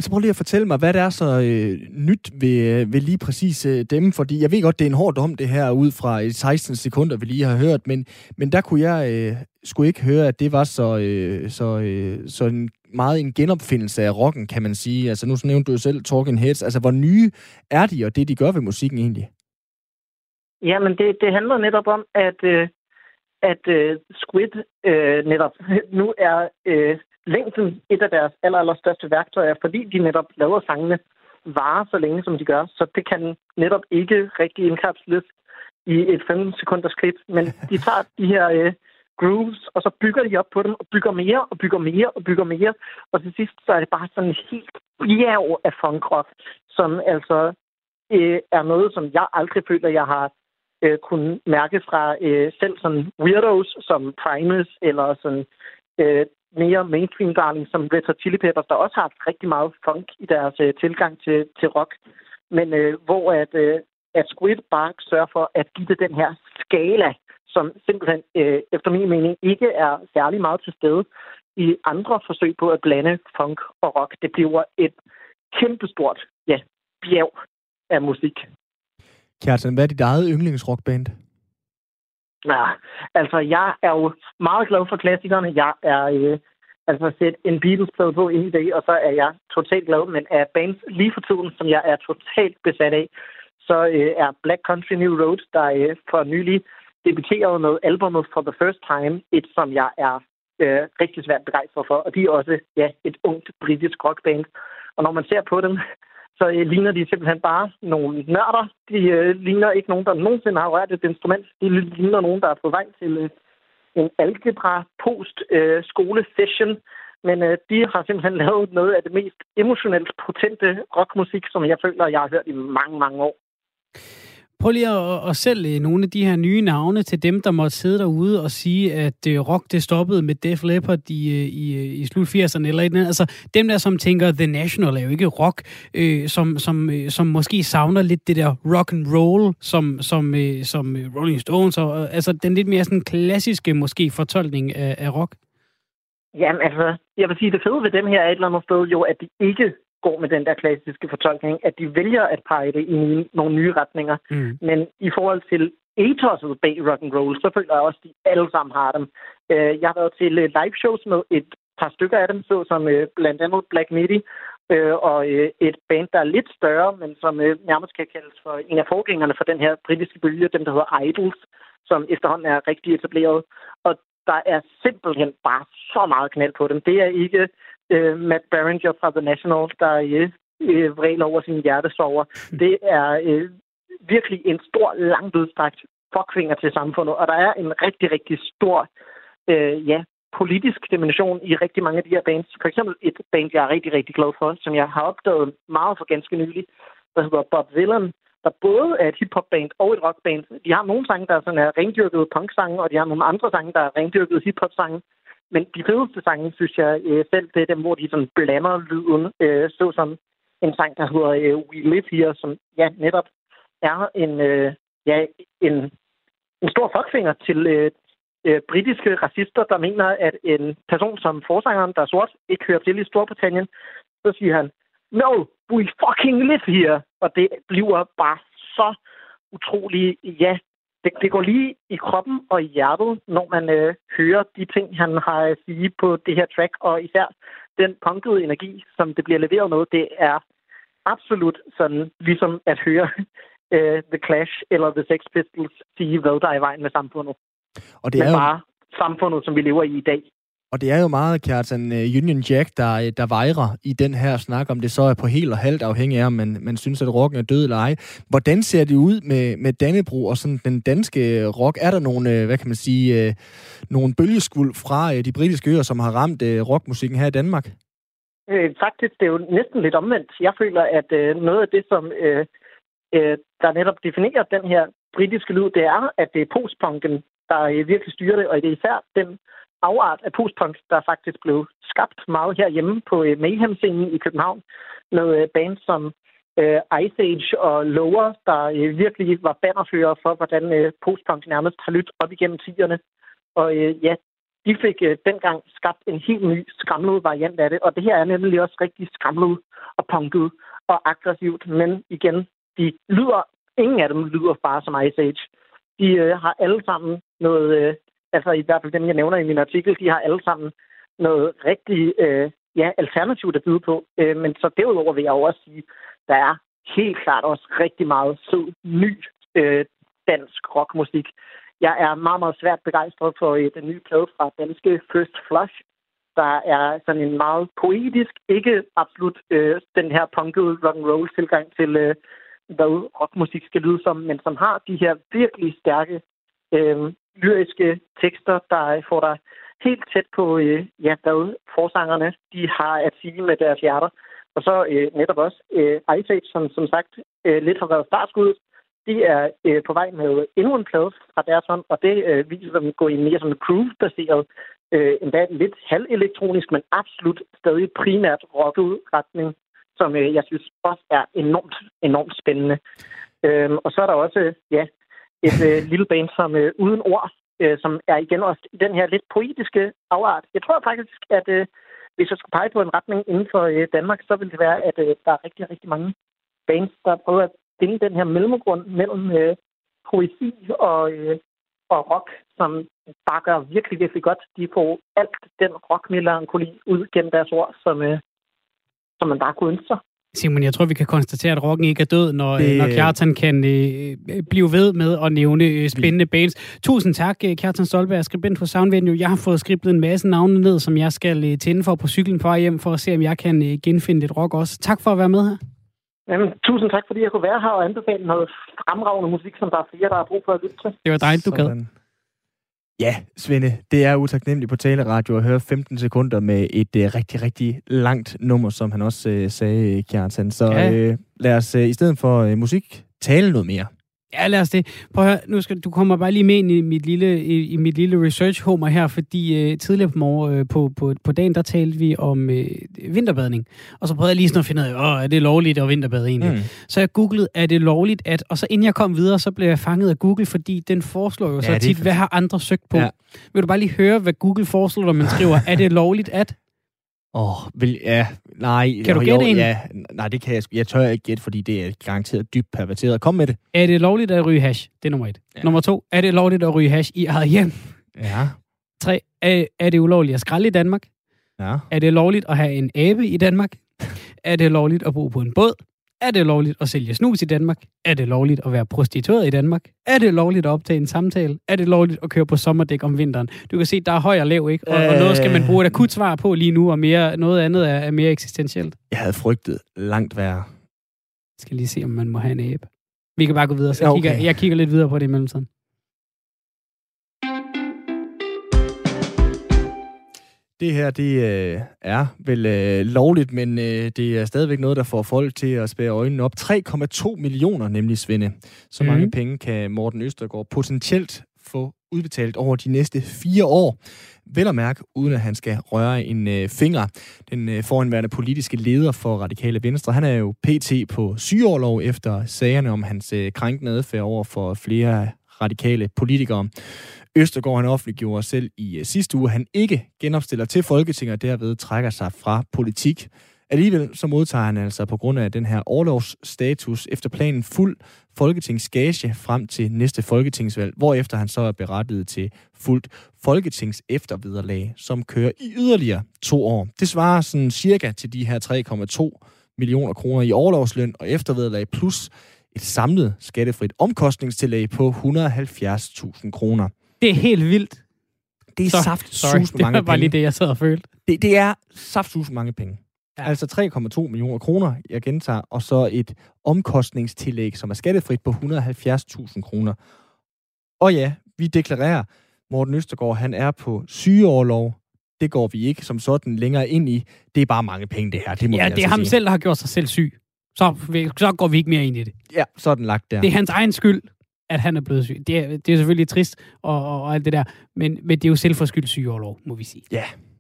Så prøv lige at fortælle mig, hvad der er så øh, nyt ved, ved lige præcis øh, dem, fordi jeg ved godt, det er en hård dom, det her, ud fra seksten sekunder, vi lige har hørt, men, men der kunne jeg øh, skulle ikke høre, at det var så, øh, så, øh, så en, meget en genopfindelse af rocken, kan man sige. Altså nu så nævnte du jo selv Talking Heads. Altså hvor nye er de, og det de gør ved musikken egentlig? Jamen det, det handler netop om, at, øh, at øh, Squid øh, netop nu er... Øh, længden et af deres aller, aller største værktøjer, fordi de netop laver sangene varer så længe, som de gør. Så det kan netop ikke rigtig indkapsles i et femten sekunders klip. Men de tager de her øh, grooves, og så bygger de op på dem, og bygger mere, og bygger mere, og bygger mere. Og til sidst, så er det bare sådan en helt bjerg af funkrock, som altså øh, er noget, som jeg aldrig føler, jeg har øh, kunnet mærke fra øh, selv sådan weirdos som Primus, eller sådan... Øh, mere mainstream darling som Red Hot Chili Peppers, der også har haft rigtig meget funk i deres øh, tilgang til, til rock. Men øh, hvor at, øh, at Squid bare sørger for at give det den her skala, som simpelthen øh, efter min mening ikke er særlig meget til stede i andre forsøg på at blande funk og rock. Det bliver et kæmpestort ja, bjerg af musik. Kjartan, hvad er dit eget yndlingsrockband? Ja, altså jeg er jo meget glad for klassikerne. Jeg er øh, altså set en Beatles-plade på ind i dag, og så er jeg totalt glad, men af bands lige for tiden, som jeg er totalt besat af, så øh, er Black Country New Road, der øh, for nylig debuterede med albumet For the First Time, et som jeg er øh, rigtig svært begejstret for, og de er også ja, et ungt britisk rockband. Og når man ser på dem, så øh, ligner de simpelthen bare nogle nørder. De øh, ligner ikke nogen, der nogensinde har rørt et instrument. De ligner nogen, der er på vej til øh, en algebra post øh, skole session. Men øh, de har simpelthen lavet noget af det mest emotionelt potente rockmusik, som jeg føler, jeg har hørt i mange, mange år. Prøv lige at, at sælge nogle af de her nye navne til dem, der måtte sidde derude og sige, at rock det stoppede med Def Leppard i, i, i slut firserne eller et eller andet. Altså dem der, som tænker, The National er jo ikke rock, øh, som, som, øh, som måske savner lidt det der rock and roll, som, som, øh, som Rolling Stones, og, altså den lidt mere sådan klassiske måske fortolkning af, af rock. Jamen altså, jeg vil sige, det fede ved dem her er et eller andet sted jo, at de ikke går med den der klassiske fortolkning, at de vælger at pege det i nogle nye retninger. Mm. Men i forhold til ethosset bag rock and roll, så føler jeg også, at de alle sammen har dem. Jeg har været til live shows med et par stykker af dem, så som blandt andet Black Midi, og et band, der er lidt større, men som nærmest kan kaldes for en af forgængerne for den her britiske bølge, dem der hedder Idols, som efterhånden er rigtig etableret. Og der er simpelthen bare så meget knald på dem. Det er ikke Uh, Matt Berringer fra The National, der uh, uh, vræler over sin hjertesover. Det er uh, virkelig en stor, langt udstrakt fuckfinger til samfundet, og der er en rigtig, rigtig stor uh, ja, politisk dimension i rigtig mange af de her bands. For eksempel et band, jeg er rigtig, rigtig glad for, som jeg har opdaget meget for ganske nylig, der hedder Bob Vylan, der både er et hiphop-band og et rockband. De har nogle sange, der er sådan er rendyrkede punk-sange, og de har nogle andre sange, der er rendyrkede hiphop-sange. Men de fedeste sange, synes jeg øh, selv, det er dem, hvor de sådan blander lyden, øh, så som en sang, der hedder øh, We Live Here, som ja, netop er en, øh, ja, en, en stor fuckfinger til øh, øh, britiske racister, der mener, at en person som forsangeren, der er sort, ikke hører til i Storbritannien. Så siger han, no, we fucking live here. Og det bliver bare så utrolig, ja, Det, det går lige i kroppen og i hjertet, når man øh, hører de ting, han har at sige på det her track, og især den punkede energi, som det bliver leveret med, det er absolut sådan, ligesom at høre øh, The Clash eller The Sex Pistols sige, hvad der er i vejen med samfundet. Og det er Men bare jo... samfundet, som vi lever i i dag. Og det er jo meget, Kjartan, Union Jack, der, der vejrer i den her snak, om det så er på helt og halvt afhængig af, om man, man synes, at rocken er død eller ej. Hvordan ser det ud med, med Dannebrog og sådan den danske rock? Er der nogle, hvad kan man sige, nogle bølgeskvuld fra de britiske øer, som har ramt rockmusikken her i Danmark? Øh, faktisk, det er jo næsten lidt omvendt. Jeg føler, at øh, noget af det, som øh, øh, der netop definerer den her britiske lyd, det er, at det er postpunken, der øh, virkelig styrer det, og det er især den afart af postpunk, der faktisk blev skabt meget herhjemme på øh, Mayhem-scenen i København, med øh, bands som øh, Ice Age og Lower, der øh, virkelig var bannerfører for, hvordan øh, postpunk nærmest har lyttet op igennem tierne. Og øh, ja, de fik øh, dengang skabt en helt ny skramlet variant af det, og det her er nemlig også rigtig skramlet og punket og aggressivt, men igen, de lyder, ingen af dem lyder bare som Ice Age. De øh, har alle sammen noget, øh, altså i hvert fald dem, jeg nævner i min artikel, de har alle sammen noget rigtig øh, ja, alternativt at byde på. Øh, men så derudover vil jeg også sige, der er helt klart også rigtig meget sød, ny øh, dansk rockmusik. Jeg er meget, meget svært begejstret for øh, den nye plade fra danske First Flush. Der er sådan en meget poetisk, ikke absolut øh, den her punkede rock'n'roll tilgang til, øh, hvad rockmusik skal lyde som, men som har de her virkelig stærke øh, lyriske tekster, der får dig helt tæt på, øh, ja, hvad forsangerne de har at sige med deres hjerter. Og så øh, netop også øh, Ice Age, som som sagt øh, lidt har været startskuddet. De er øh, på vej med endnu en plade fra deres hånd, og det øh, viser dem at gå i mere sådan groove-baseret, øh, endda lidt halvelektronisk, men absolut stadig primært rocket retning, som øh, jeg synes også er enormt, enormt spændende. Øh, og så er der også ja, et øh, lille band som øh, Uden Ord, øh, som er igen også i den her lidt poetiske afart. Jeg tror faktisk, at øh, hvis jeg skulle pege på en retning inden for øh, Danmark, så vil det være, at øh, der er rigtig, rigtig mange bands, der prøver at finde den her mellemgrund mellem øh, poesi og, øh, og rock, som bakker virkelig, virkelig godt. De får alt den rockmelankoli ud gennem deres ord, som, øh, som man bare kunne ønske sig. Simon, jeg tror, vi kan konstatere, at rocken ikke er død, når, det... når Kjartan kan øh, blive ved med at nævne øh, spændende bands. Tusind tak, Kjartan Stolberg, skribent på Soundvenue. Jeg har fået skriblet en masse navne ned, som jeg skal øh, tænde for på cyklen på vej hjem, for at se, om jeg kan øh, genfinde lidt rock også. Tak for at være med her. Jamen, tusind tak, fordi jeg kunne være her og anbefale noget fremragende musik, som der er flere, der har brug for at lytte til. Det var dejligt, du gad. Ja, Svende, det er utaknemmeligt på taleradio at høre femten sekunder med et uh, rigtig, rigtig langt nummer, som han også uh, sagde, Kjartan. Så ja. uh, lad os uh, i stedet for uh, musik tale noget mere. Ja, lad os det. Prøv at høre, nu skal, du kommer bare lige med ind i mit lille, i, i mit lille research-hummer her, fordi øh, tidligere på, morgen, øh, på, på, på dagen, der talte vi om øh, vinterbadning. Og så prøvede jeg lige sådan at finde ud af, åh, er det lovligt at vinterbade egentlig? Mm. Så jeg googlede, er det lovligt at... Og så inden jeg kom videre, så blev jeg fanget af Google, fordi den foreslår jo så ja, tit, hvad har andre søgt på? Ja. Vil du bare lige høre, hvad Google foreslår, når man skriver, er det lovligt at... Åh, oh, vil, ja, nej. Kan du gætte en? Ja, nej, det kan jeg Jeg tør ikke gætte, fordi det er garanteret dybt perverteret. Kom med det. Er det lovligt at ryge hash? Det er nummer et. Ja. Nummer to, er det lovligt at ryge hash i eget hjem? Ja. Tre, er, er det ulovligt at skralde i Danmark? Ja. Er det lovligt at have en abe i Danmark? Er det lovligt at bo på en båd? Er det lovligt at sælge snus i Danmark? Er det lovligt at være prostitueret i Danmark? Er det lovligt at optage en samtale? Er det lovligt at køre på sommerdæk om vinteren? Du kan se, der er høj og lav, ikke? Og, øh... og noget skal man bruge et akut svar på lige nu, og mere, noget andet er, er mere eksistentielt. Jeg havde frygtet langt værre. Jeg skal lige se, om man må have en abe. Vi kan bare gå videre, så jeg, okay. kigger, jeg kigger lidt videre på det i mellemtiden. Det her, det øh, er vel øh, lovligt, men øh, det er stadigvæk noget, der får folk til at spære øjnene op. tre komma to millioner nemlig, Svende. Så mm. mange penge kan Morten Østergaard potentielt få udbetalt over de næste fire år. Vel at mærke, uden at han skal røre en øh, finger. Den øh, foranværende politiske leder for Radikale Venstre, han er jo pt. På sygeorlov efter sagerne om hans øh, krænkende adfærd over for flere radikale politikere. Østergaard, han offentliggjorde selv i uh, sidste uge, han ikke genopstiller til Folketinget og derved trækker sig fra politik. Alligevel så modtager han altså på grund af den her orlovsstatus efter planen fuld folketingsgage frem til næste folketingsvalg, hvorefter han så er berettiget til fuldt folketingseftervederlag, som kører i yderligere to år. Det svarer sådan cirka til de her tre komma to millioner kroner i orlovsløn og eftervederlag plus et samlet skattefrit omkostningstillæg på et hundrede og halvfjerds tusind kroner. Det er helt vildt. Det er så, saft sorry, mange penge. Det var bare lige det, jeg sad og følte. Det, det er saft mange penge. Ja. Altså tre komma to millioner kroner, jeg gentager, og så et omkostningstillæg, som er skattefrit på et hundrede og halvfjerds tusind kroner. Og ja, vi deklarerer, Morten Østergaard, han er på sygeorlov. Det går vi ikke som sådan længere ind i. Det er bare mange penge, det her. Det må ja, vi det altså er ham sige. selv, der har gjort sig selv syg. Så, så går vi ikke mere ind i det. Ja, så er den lagt der. Det er hans egen skyld, at han er blevet syg. Det er, det er selvfølgelig trist og, og, og alt det der, men, men det er jo selvforskyldt sygeorlov, må vi sige. Ja,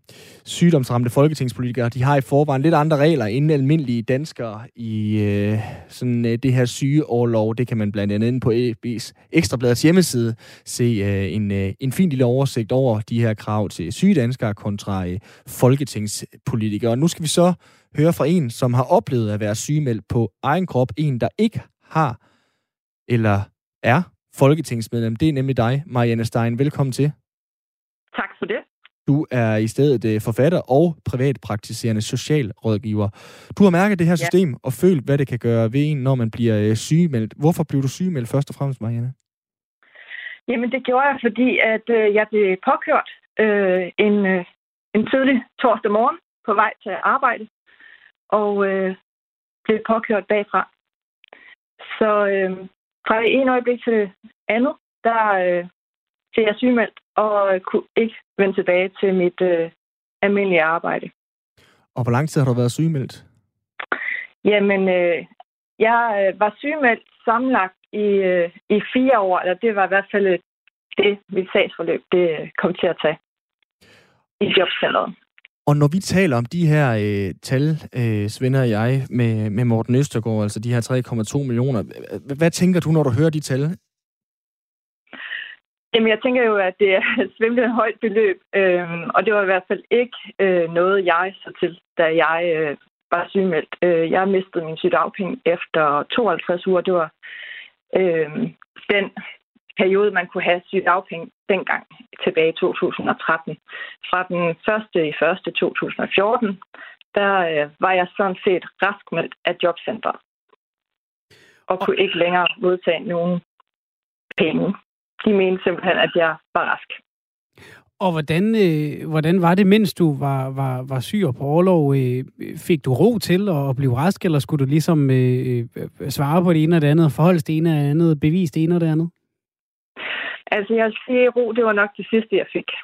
sygdomsramte folketingspolitikere, de har i forvejen lidt andre regler end almindelige danskere i øh, sådan, øh, det her sygeårlov. Det kan man blandt andet inde på A B's Ekstrabladets hjemmeside se øh, en, øh, en fin lille oversigt over de her krav til syge danskere kontra øh, folketingspolitikere. Og nu skal vi så høre fra en, som har oplevet at være sygemeldt på egen krop. En, der ikke har eller er folketingsmedlem. Det er nemlig dig, Marianne Stein. Velkommen til. Tak for det. Du er i stedet forfatter og privatpraktiserende socialrådgiver. Du har mærket det her system ja. og følt, hvad det kan gøre ved en, når man bliver sygemeldt. Hvorfor blev du sygemeldt først og fremmest, Marianne? Jamen, det gjorde jeg, fordi at øh, jeg blev påkørt øh, en, øh, en tidlig torsdag morgen på vej til arbejde, og øh, blev påkørt bagfra. Så øh, fra det ene øjeblik til det andet, der øh, blev jeg sygemeldt, og kunne ikke vende tilbage til mit øh, almindelige arbejde. Og hvor lang tid har du været sygemeldt? Jamen, øh, jeg øh, var sygemeldt sammenlagt i, øh, i fire år, eller det var i hvert fald det, mit sagsforløb, det kom til at tage i jobcenteret. Og når vi taler om de her øh, tal, øh, Svend og jeg, med, med Morten Østergaard, altså de her tre komma to millioner, hvad tænker du, når du hører de tal? Jamen, jeg tænker jo, at det er et svimlende højt beløb, øh, og det var i hvert fald ikke øh, noget, jeg så til, da jeg øh, var sygemeldt. Øh, jeg mistede min sygedagpenge efter tooghalvtreds uger. Det var øh, den periode, man kunne have sygedagpenge dengang tilbage i to tusind og tretten. Fra den første i første to tusind og fjorten, der øh, var jeg sådan set raskmeldt af jobcentret og kunne ikke længere modtage nogen penge. De mente simpelthen, at jeg var rask. Og hvordan, øh, hvordan var det, mens du var, var, var syg og på orlov? Øh, fik du ro til at blive rask, eller skulle du ligesom øh, svare på det ene og det andet, forholde det ene og det andet, bevise det ene og det andet? Altså, jeg vil sige, ro, det var nok det sidste, jeg fik.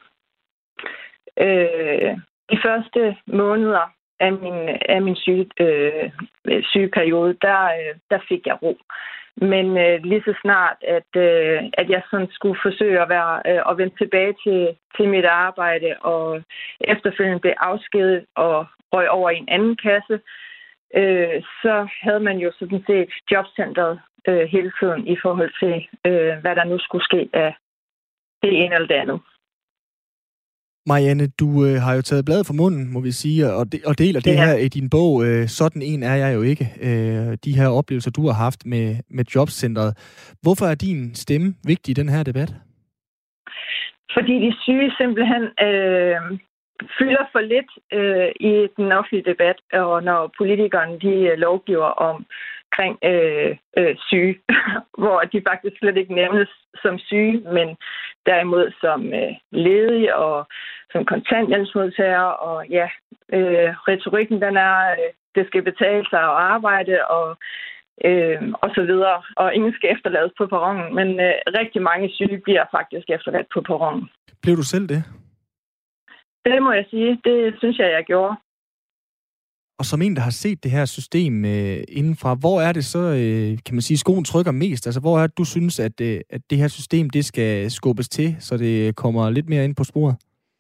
Øh, de første måneder af min, af min syge, øh, sygeperiode, der, der fik jeg ro. Men øh, lige så snart, at, øh, at jeg sådan skulle forsøge at, være, øh, at vende tilbage til, til mit arbejde, og efterfølgende blev afskediget og røg over i en anden kasse, øh, så havde man jo sådan set jobcentret øh, hele tiden i forhold til, øh, hvad der nu skulle ske af det ene eller det andet. Marianne, du øh, har jo taget bladet fra munden, må vi sige, og, de, og deler det ja. her i din bog. Øh, sådan en er jeg jo ikke. Øh, de her oplevelser, du har haft med, med jobcentret. Hvorfor er din stemme vigtig i den her debat? Fordi de syge simpelthen øh, fylder for lidt øh, i den offentlige debat, og når politikerne de lovgiver om omkring øh, øh, syge, hvor de faktisk slet ikke nævnes som syge, men derimod som øh, ledige og som kontanthjælpsmodtager, og ja, øh, retorikken den er, øh, det skal betale sig at arbejde, og, øh, og så videre, og ingen skal efterlades på perronen, men øh, rigtig mange syge bliver faktisk efterladt på perronen. Blev du selv det? Det må jeg sige, det synes jeg, jeg gjorde. Og som en, der har set det her system øh, indenfra, hvor er det så, øh, kan man sige, skoen trykker mest? Altså, hvor er det, du synes, at, øh, at det her system, det skal skubbes til, så det kommer lidt mere ind på sporet?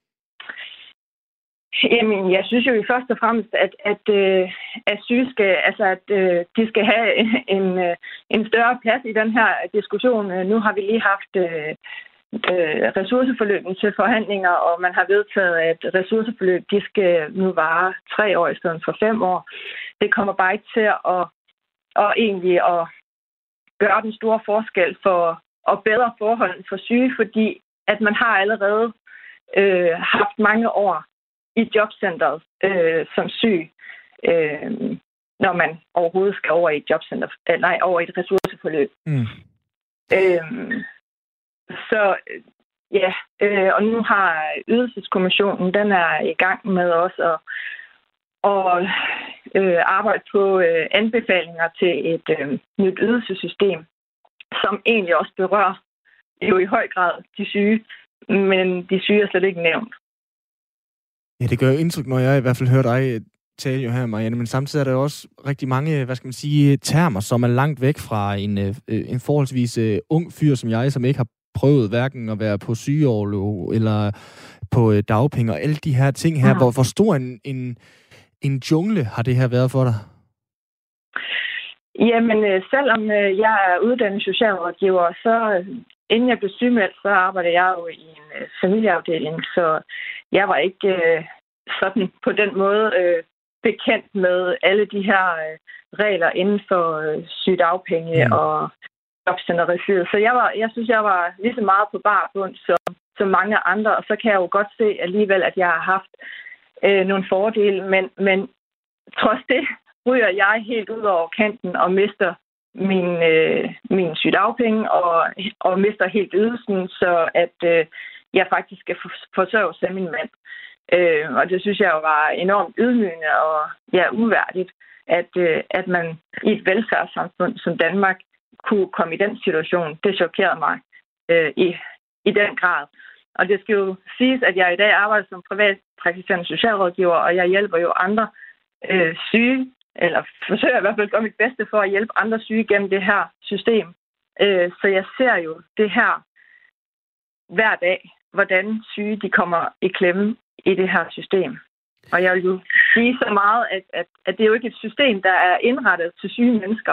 Jamen, jeg synes jo i første og fremmest, at, at, øh, at syge skal, altså, at øh, de skal have en, øh, en større plads i den her diskussion. Nu har vi lige haft øh, øh, ressourceforløbene til forhandlinger, og man har vedtaget, at ressourceforløb, de skal nu vare tre år i stedet for fem år. Det kommer bare ikke til at, at egentlig at gøre den store forskel for og bedre forhold for syge, fordi at man har allerede øh, haft mange år i jobcentret øh, som syg, øh, når man overhovedet skal over i et jobcenter, øh, nej, over i et ressourceforløb. Mm. Øh, så ja, øh, og nu har Ydelseskommissionen, den er i gang med også at, at øh, arbejde på øh, anbefalinger til et øh, nyt ydelsessystem, som egentlig også berører jo i høj grad de syge, men de syge er slet ikke nævnt. Ja, det gør jo indtryk, når jeg i hvert fald hører dig tale jo her, Marianne, men samtidig er der jo også rigtig mange, hvad skal man sige, termer, som er langt væk fra en, en forholdsvis ung fyr som jeg, som ikke har prøvet hverken at være på sygeorlov eller på øh, dagpenge og alle de her ting her. Hvor, hvor stor en, en, en jungle har det her været for dig? Jamen, øh, selvom øh, jeg er uddannet socialrådgiver, så øh, inden jeg blev sygemeldt, så arbejdede jeg jo i en øh, familieafdeling, så jeg var ikke øh, sådan på den måde øh, bekendt med alle de her øh, regler inden for øh, sygedagpenge mm. og jobcenterregi. Så jeg, var, jeg synes, jeg var lige så meget på bar bund som, som mange andre, og så kan jeg jo godt se alligevel, at jeg har haft øh, nogle fordele, men, men trods det ryger jeg helt ud over kanten og mister min, øh, min sygedagpenge og, og mister helt ydelsen, så at øh, jeg faktisk skal forsørge sig min mand. Øh, og det synes jeg jo var enormt ydmygende og ja, uværdigt, at, øh, at man i et velfærdssamfund som Danmark kunne komme i den situation. Det chokerede mig øh, i, i den grad. Og det skal jo siges, at jeg i dag arbejder som privatpraktiserende socialrådgiver, og jeg hjælper jo andre øh, syge, eller forsøger i hvert fald at gøre mit bedste for at hjælpe andre syge gennem det her system. Øh, så jeg ser jo det her hver dag, hvordan syge de kommer i klemme i det her system. Og jeg vil jo sige så meget, at, at, at det er jo ikke et system, der er indrettet til syge mennesker.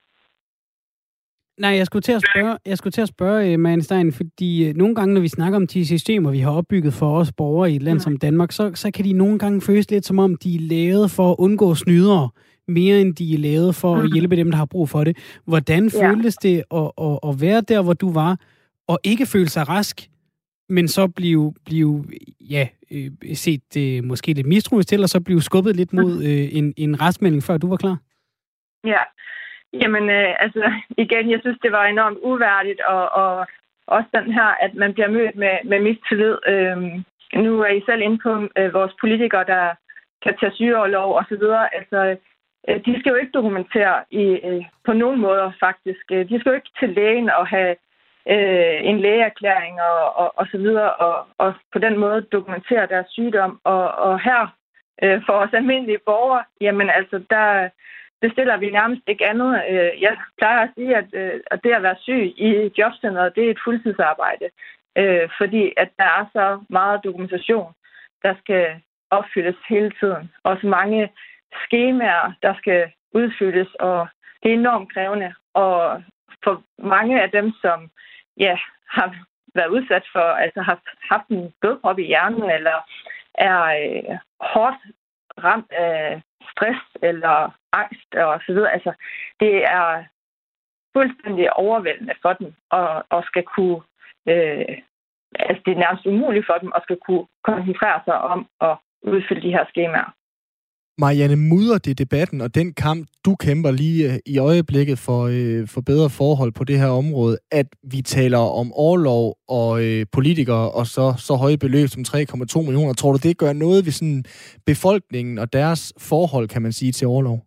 Nej, jeg skulle til at spørge, jeg skulle til at spørge Marianne Stein, fordi nogle gange, når vi snakker om de systemer, vi har opbygget for os borgere i et land som Danmark, så, så kan de nogle gange føles lidt som om, de er lavet for at undgå snydere, mere end de er lavet for at hjælpe dem, der har brug for det. Hvordan ja. føltes det at, at, at være der, hvor du var, og ikke føle sig rask, men så blive, blive ja, set øh, måske lidt mistroisk til, og så blive skubbet lidt mod øh, en, en restmelding, før du var klar? Ja, jamen øh, altså igen, jeg synes, det var enormt uværdigt, og, og også den her, at man bliver mødt med, med mistillid. Øh, nu er I selv inde på øh, vores politikere, der kan tage sygeorlov og så videre. Altså, øh, de skal jo ikke dokumentere i, øh, på nogen måder faktisk. De skal jo ikke til lægen og have øh, en lægeerklæring og, og, og så videre, og, og på den måde dokumentere deres sygdom. Og, og her øh, for os almindelige borgere, jamen altså, der bestiller vi nærmest ikke andet. Jeg plejer at sige, at, at det at være syg i jobcenteret, det er et fuldtidsarbejde, fordi at der er så meget dokumentation, der skal opfyldes hele tiden. Og så mange skemaer, der skal udfyldes, og det er enormt krævende. Og for mange af dem, som ja, har været udsat for, altså har haft en blodprop i hjernen, eller er øh, hårdt ramt af stress eller angst og så videre. Altså, det er fuldstændig overvældende for dem, og, og skal kunne, øh, altså det er nærmest umuligt for dem, at skal kunne koncentrere sig om at udfylde de her skemaer. Marianne, mudrer det debatten og den kamp, du kæmper lige i øjeblikket for, øh, for bedre forhold på det her område, at vi taler om orlov og øh, politikere og så, så høje beløb som tre komma to millioner. Tror du, det gør noget ved sådan befolkningen og deres forhold, kan man sige, til orlov?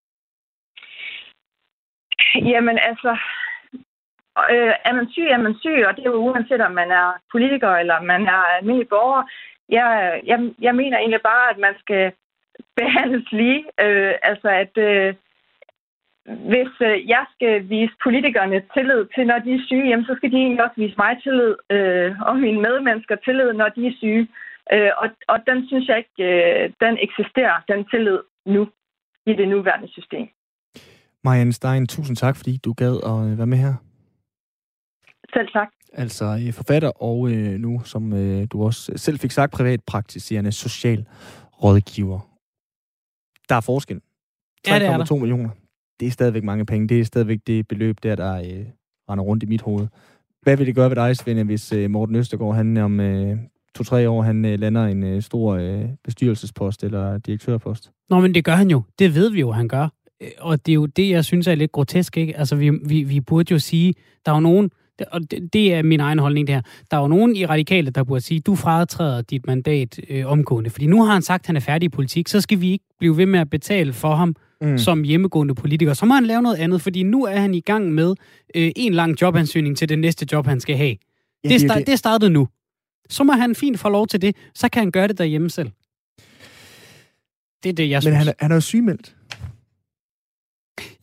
Jamen altså, øh, er man syg, er man syg, og det er jo uanset om man er politiker eller man er almindelig borger. Jeg, jeg, jeg mener egentlig bare, at man skal behandles lige. Øh, altså at øh, hvis øh, jeg skal vise politikerne tillid til, når de er syge, jamen, så skal de egentlig også vise mig tillid, øh, og mine medmennesker tillid, når de er syge. Øh, og, og den synes jeg ikke, øh, den eksisterer, den tillid nu i det nuværende system. Marianne Stein, tusind tak, fordi du gad at være med her. Selv tak. Altså forfatter og øh, nu, som øh, du også selv fik sagt, privatpraktiserende socialrådgiver. Der er forskel. tre komma to millioner. Det er stadigvæk mange penge. Det er stadigvæk det beløb, der, der øh, render rundt i mit hoved. Hvad vil det gøre ved dig, Svende, hvis øh, Morten Østergaard, han om øh, to-tre år, han øh, lander en øh, stor øh, bestyrelsespost eller direktørpost? Nå, men det gør han jo. Det ved vi jo, han gør. Og det er jo det, jeg synes er lidt grotesk, ikke? Altså, vi, vi, vi burde jo sige, der er jo nogen, og det, det er min egen holdning det her, der er jo nogen i Radikale, der burde sige, du fratræder dit mandat øh, omgående. Fordi nu har han sagt, at han er færdig i politik, så skal vi ikke blive ved med at betale for ham mm. som hjemmegående politiker. Så må han lave noget andet, fordi nu er han i gang med øh, en lang jobansøgning til det næste job, han skal have. Ja, det, start, det. det startede nu. Så må han fint få lov til det, så kan han gøre det derhjemme selv. Det er det, jeg synes. Men han er, han er jo sygemeldt. Ja,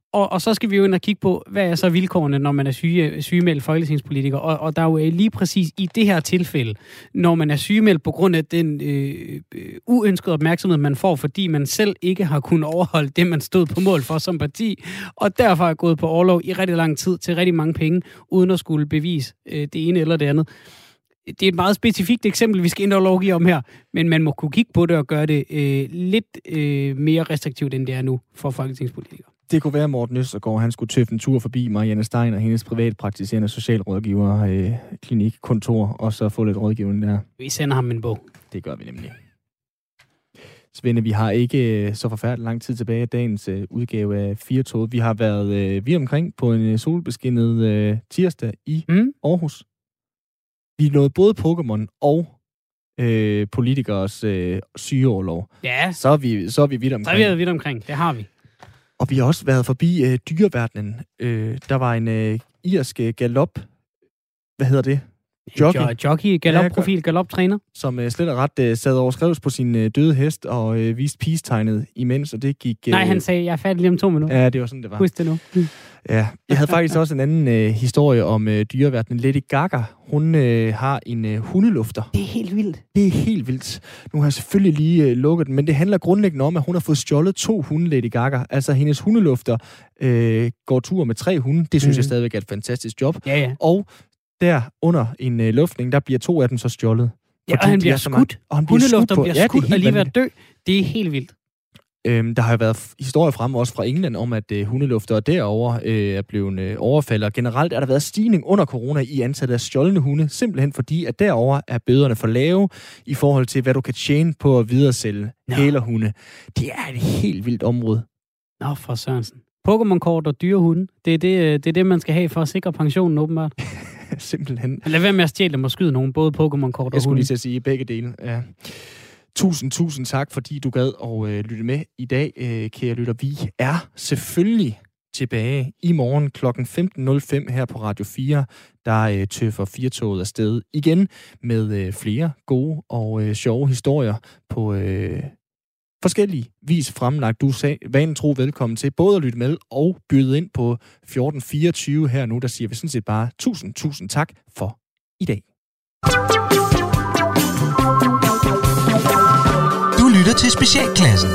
Og, og så skal vi jo ind og kigge på, hvad er så vilkårene, når man er syge, sygemeldt folketingspolitiker. Og, og der er jo lige præcis i det her tilfælde, når man er sygemeldt på grund af den øh, uønskede opmærksomhed, man får, fordi man selv ikke har kunnet overholde det, man stod på mål for som parti, og derfor er gået på orlov i rigtig lang tid til rigtig mange penge, uden at skulle bevise øh, det ene eller det andet. Det er et meget specifikt eksempel, vi skal ind og lovgive om her, men man må kunne kigge på det og gøre det øh, lidt øh, mere restriktivt, end det er nu for folketingspolitikere. Det kunne være, at Morten Østergaard, han skulle tøffe en tur forbi Marianne Stein og hendes privatpraktiserende socialrådgiver, øh, klinikkontor, og så få lidt rådgivning der. Vi sender ham en bog. Det gør vi nemlig. Svende, vi har ikke så forfærdeligt lang tid tilbage af dagens øh, udgave af Firtoget. Vi har været øh, vidt omkring på en øh, solbeskinnet øh, tirsdag i mm. Aarhus. Vi nåede både Pokémon og øh, politikers øh, sygeårlov. Ja. Så er vi, så er vi vidt omkring. Så er vi været vidt omkring, det har vi. Og vi har også været forbi øh, dyreverdenen. Øh, der var en øh, irsk galop. Hvad hedder det? Jockey. Jo- jockey, galopprofil, galoptræner. Som øh, slet og ret øh, sad overskrevs på sin øh, døde hest og øh, viste peace-tegnet imens, og det gik... Øh, Nej, han sagde, jeg er færdig lige om to minutter. Ja, det var sådan, det var. Husk det nu. Mm. Ja, jeg havde faktisk også en anden øh, historie om øh, dyreverdenen. Lady Gaga, hun øh, har en øh, hundelufter. Det er helt vildt. Det er helt vildt. Nu har jeg selvfølgelig lige øh, lukket den, men det handler grundlæggende om, at hun har fået stjålet to hunde, Lady Gaga. Altså, hendes hundelufter øh, går tur med tre hunde. Det synes mm. jeg stadigvæk er et fantastisk job. Ja, ja. Og der under en øh, luftning, der bliver to af dem så stjålet. Ja, og han bliver skudt. Og han bliver hundelufter skudt på. bliver skudt ja, og lige ved at dø. Det er helt vildt. Øhm, der har jo været historier frem også fra England om, at øh, hundeluftere derovre øh, er blevet øh, overfaldet. Generelt er der været stigning under corona i antallet af stjålne hunde, simpelthen fordi, at derovre er bøderne for lave i forhold til, hvad du kan tjene på at videresælge hælerhunde. Det er et helt vildt område. Nå, for Sørensen. Pokémon-kort og dyrehunde, det er det, det er det, man skal have for at sikre pensionen, åbenbart. Simpelthen. Lad være med at stjæle dem og skyde nogen, både Pokémon-kort og hunde. Jeg skulle lige til at sige begge dele, ja. Tusind, tusind tak, fordi du gad at øh, lytte med i dag, øh, kære lytter. Vi er selvfølgelig tilbage i morgen klokken femten nul fem her på Radio fire. Der øh, tøffer Firtoget afsted igen med øh, flere gode og øh, sjove historier på øh, forskellige vis fremlagt. Du sagde, vanen tro velkommen til både at lytte med og byde ind på fjorten fireogtyve her nu. Der siger vi sådan set bare tusind, tusind tak for i dag. Lytter til Specialklassen.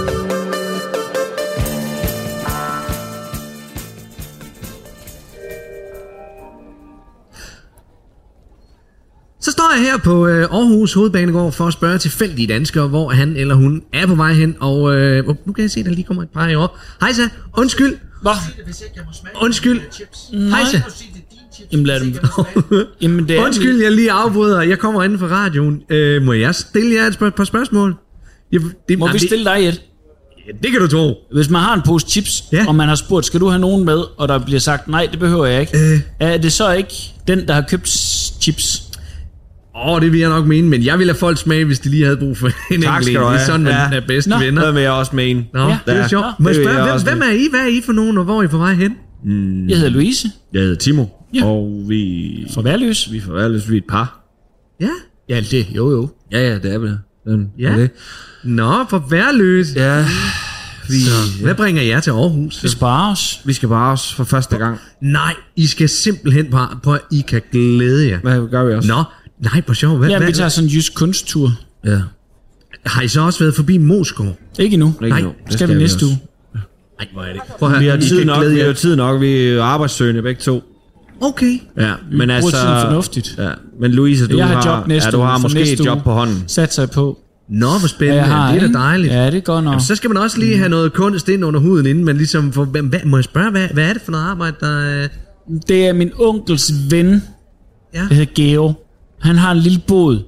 Så står jeg her på øh, Aarhus Hovedbanegård for at spørge tilfældige danskere, hvor han eller hun er på vej hen. Og øh, nu kan jeg se, at der lige kommer et par i år. Hej så, undskyld. Hvad? Undskyld. Hej så. Jamen lad dem. Jamen, det er undskyld, jeg lige afbryder. Jeg kommer inden for radioen. Øh, må jeg stille jer et spørg- par spørgsmål? Jeg, det, Må jamen, vi stille dig et? Ja, det kan du tro. Hvis man har en pose chips, ja. og man har spurgt, skal du have nogen med, og der bliver sagt, nej, det behøver jeg ikke. Øh. Er det så ikke den, der har købt chips? Åh, oh, det vil jeg nok mene, men jeg ville have folk smage, hvis de lige havde brug for en enkelt. Tak skal du have. Det er sådan, man ja. er bedste Nå. venner. Det vil jeg også mene. Nå, ja. det er sjovt. Må jeg spørge, hvem, hvem er I? Hvad er I for nogen, og hvor er I på vej hen? Mm. Jeg hedder Louise. Jeg hedder Timo. Ja. Og vi... For Værløs. Vi er for Værløs, vi er et par. Ja. Ja, det, jo jo. Ja, ja, det er vi. Den, ja. Det. Nå, for Værløs. Ja. Vi, så, hvad bringer jer til Aarhus? Vi skal bare os. Vi skal bare os for første gang. Nej, I skal simpelthen bare på, at I kan glæde jer. Hvad gør vi også? Nå, nej, på sjov. Hvad, ja, hvad, vi tager sådan en jysk kunsttur. Ja. Har I så også været forbi Moskov? Ikke endnu. Ikke nej, endnu. Det skal, skal vi næste uge. Nej, hvor er det? Prøv at høre, vi har tid nok, vi har tid nok, vi er arbejdssøgende begge to. Okay. Ja, men vi altså... tiden fornuftigt. Ja, men Louise, du jeg har, har, job næste ja, du har måske et job uge. på hånden. Sat sig på. Nå, hvor spændende. Ja, har, det er da dejligt. Ja, det er godt nok. Jamen, så skal man også lige have noget kunst ind under huden, inden man ligesom får... Hvad, må jeg spørge, hvad, hvad er det for noget arbejde, der... Det er min onkels ven, ja. der hedder Geo. Han har en lille bod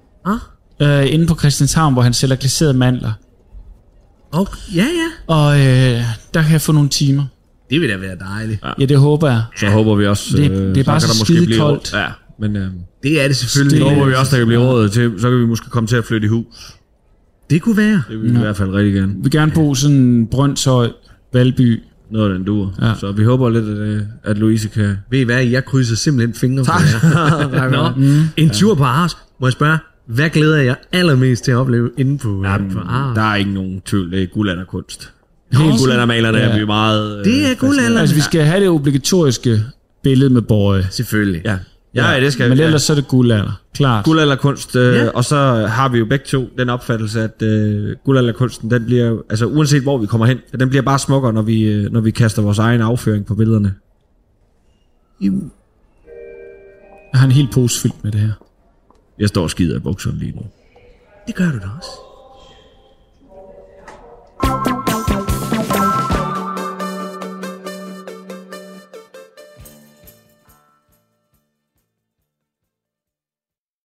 ah? øh, inde på Christianshavn, hvor han sælger glaserede mandler. Okay. Ja, ja. Og øh, der kan jeg få nogle timer. Det vil da være dejligt. Ja, ja det håber jeg. Så håber vi også... Det, det er bare så, så skide koldt. Ja, men... Øh, det er det selvfølgelig. Så håber vi også, der kan blive råd til. Så kan vi måske komme til at flytte i hus. Det kunne være. Det vil vi ja. i hvert fald rigtig gerne. Vi vil gerne bo sådan Brøndshøj, Valby. Noget af den duer. Ja. Så vi håber lidt, at, at Louise kan... Ved I hvad, jeg krydser simpelthen fingre for jer. Nå, mm. En tur på Aarhus. Må jeg spørge, hvad glæder jeg allermest til at opleve inde på, Jamen, på Aarhus? Der er ikke nogen tvivl. Det er guldalderkunst. Helt guldaldermalerne ja. er vi meget... Øh, det er guldalderen. Altså, vi skal have det obligatoriske billede med Borge. Selvfølgelig. Ja. Ja, ja, det skal Men vi. ellers så er det guldalder. Klart. Guldalderkunst, øh, Ja. og så har vi jo begge to den opfattelse, at øh, guldalderkunsten, den bliver, altså uanset hvor vi kommer hen, den bliver bare smukkere, når vi, øh, når vi kaster vores egen afføring på billederne. Jeg har en hel pose fyldt med det her. Jeg står og skider i bukserne lige nu. Det gør du da også.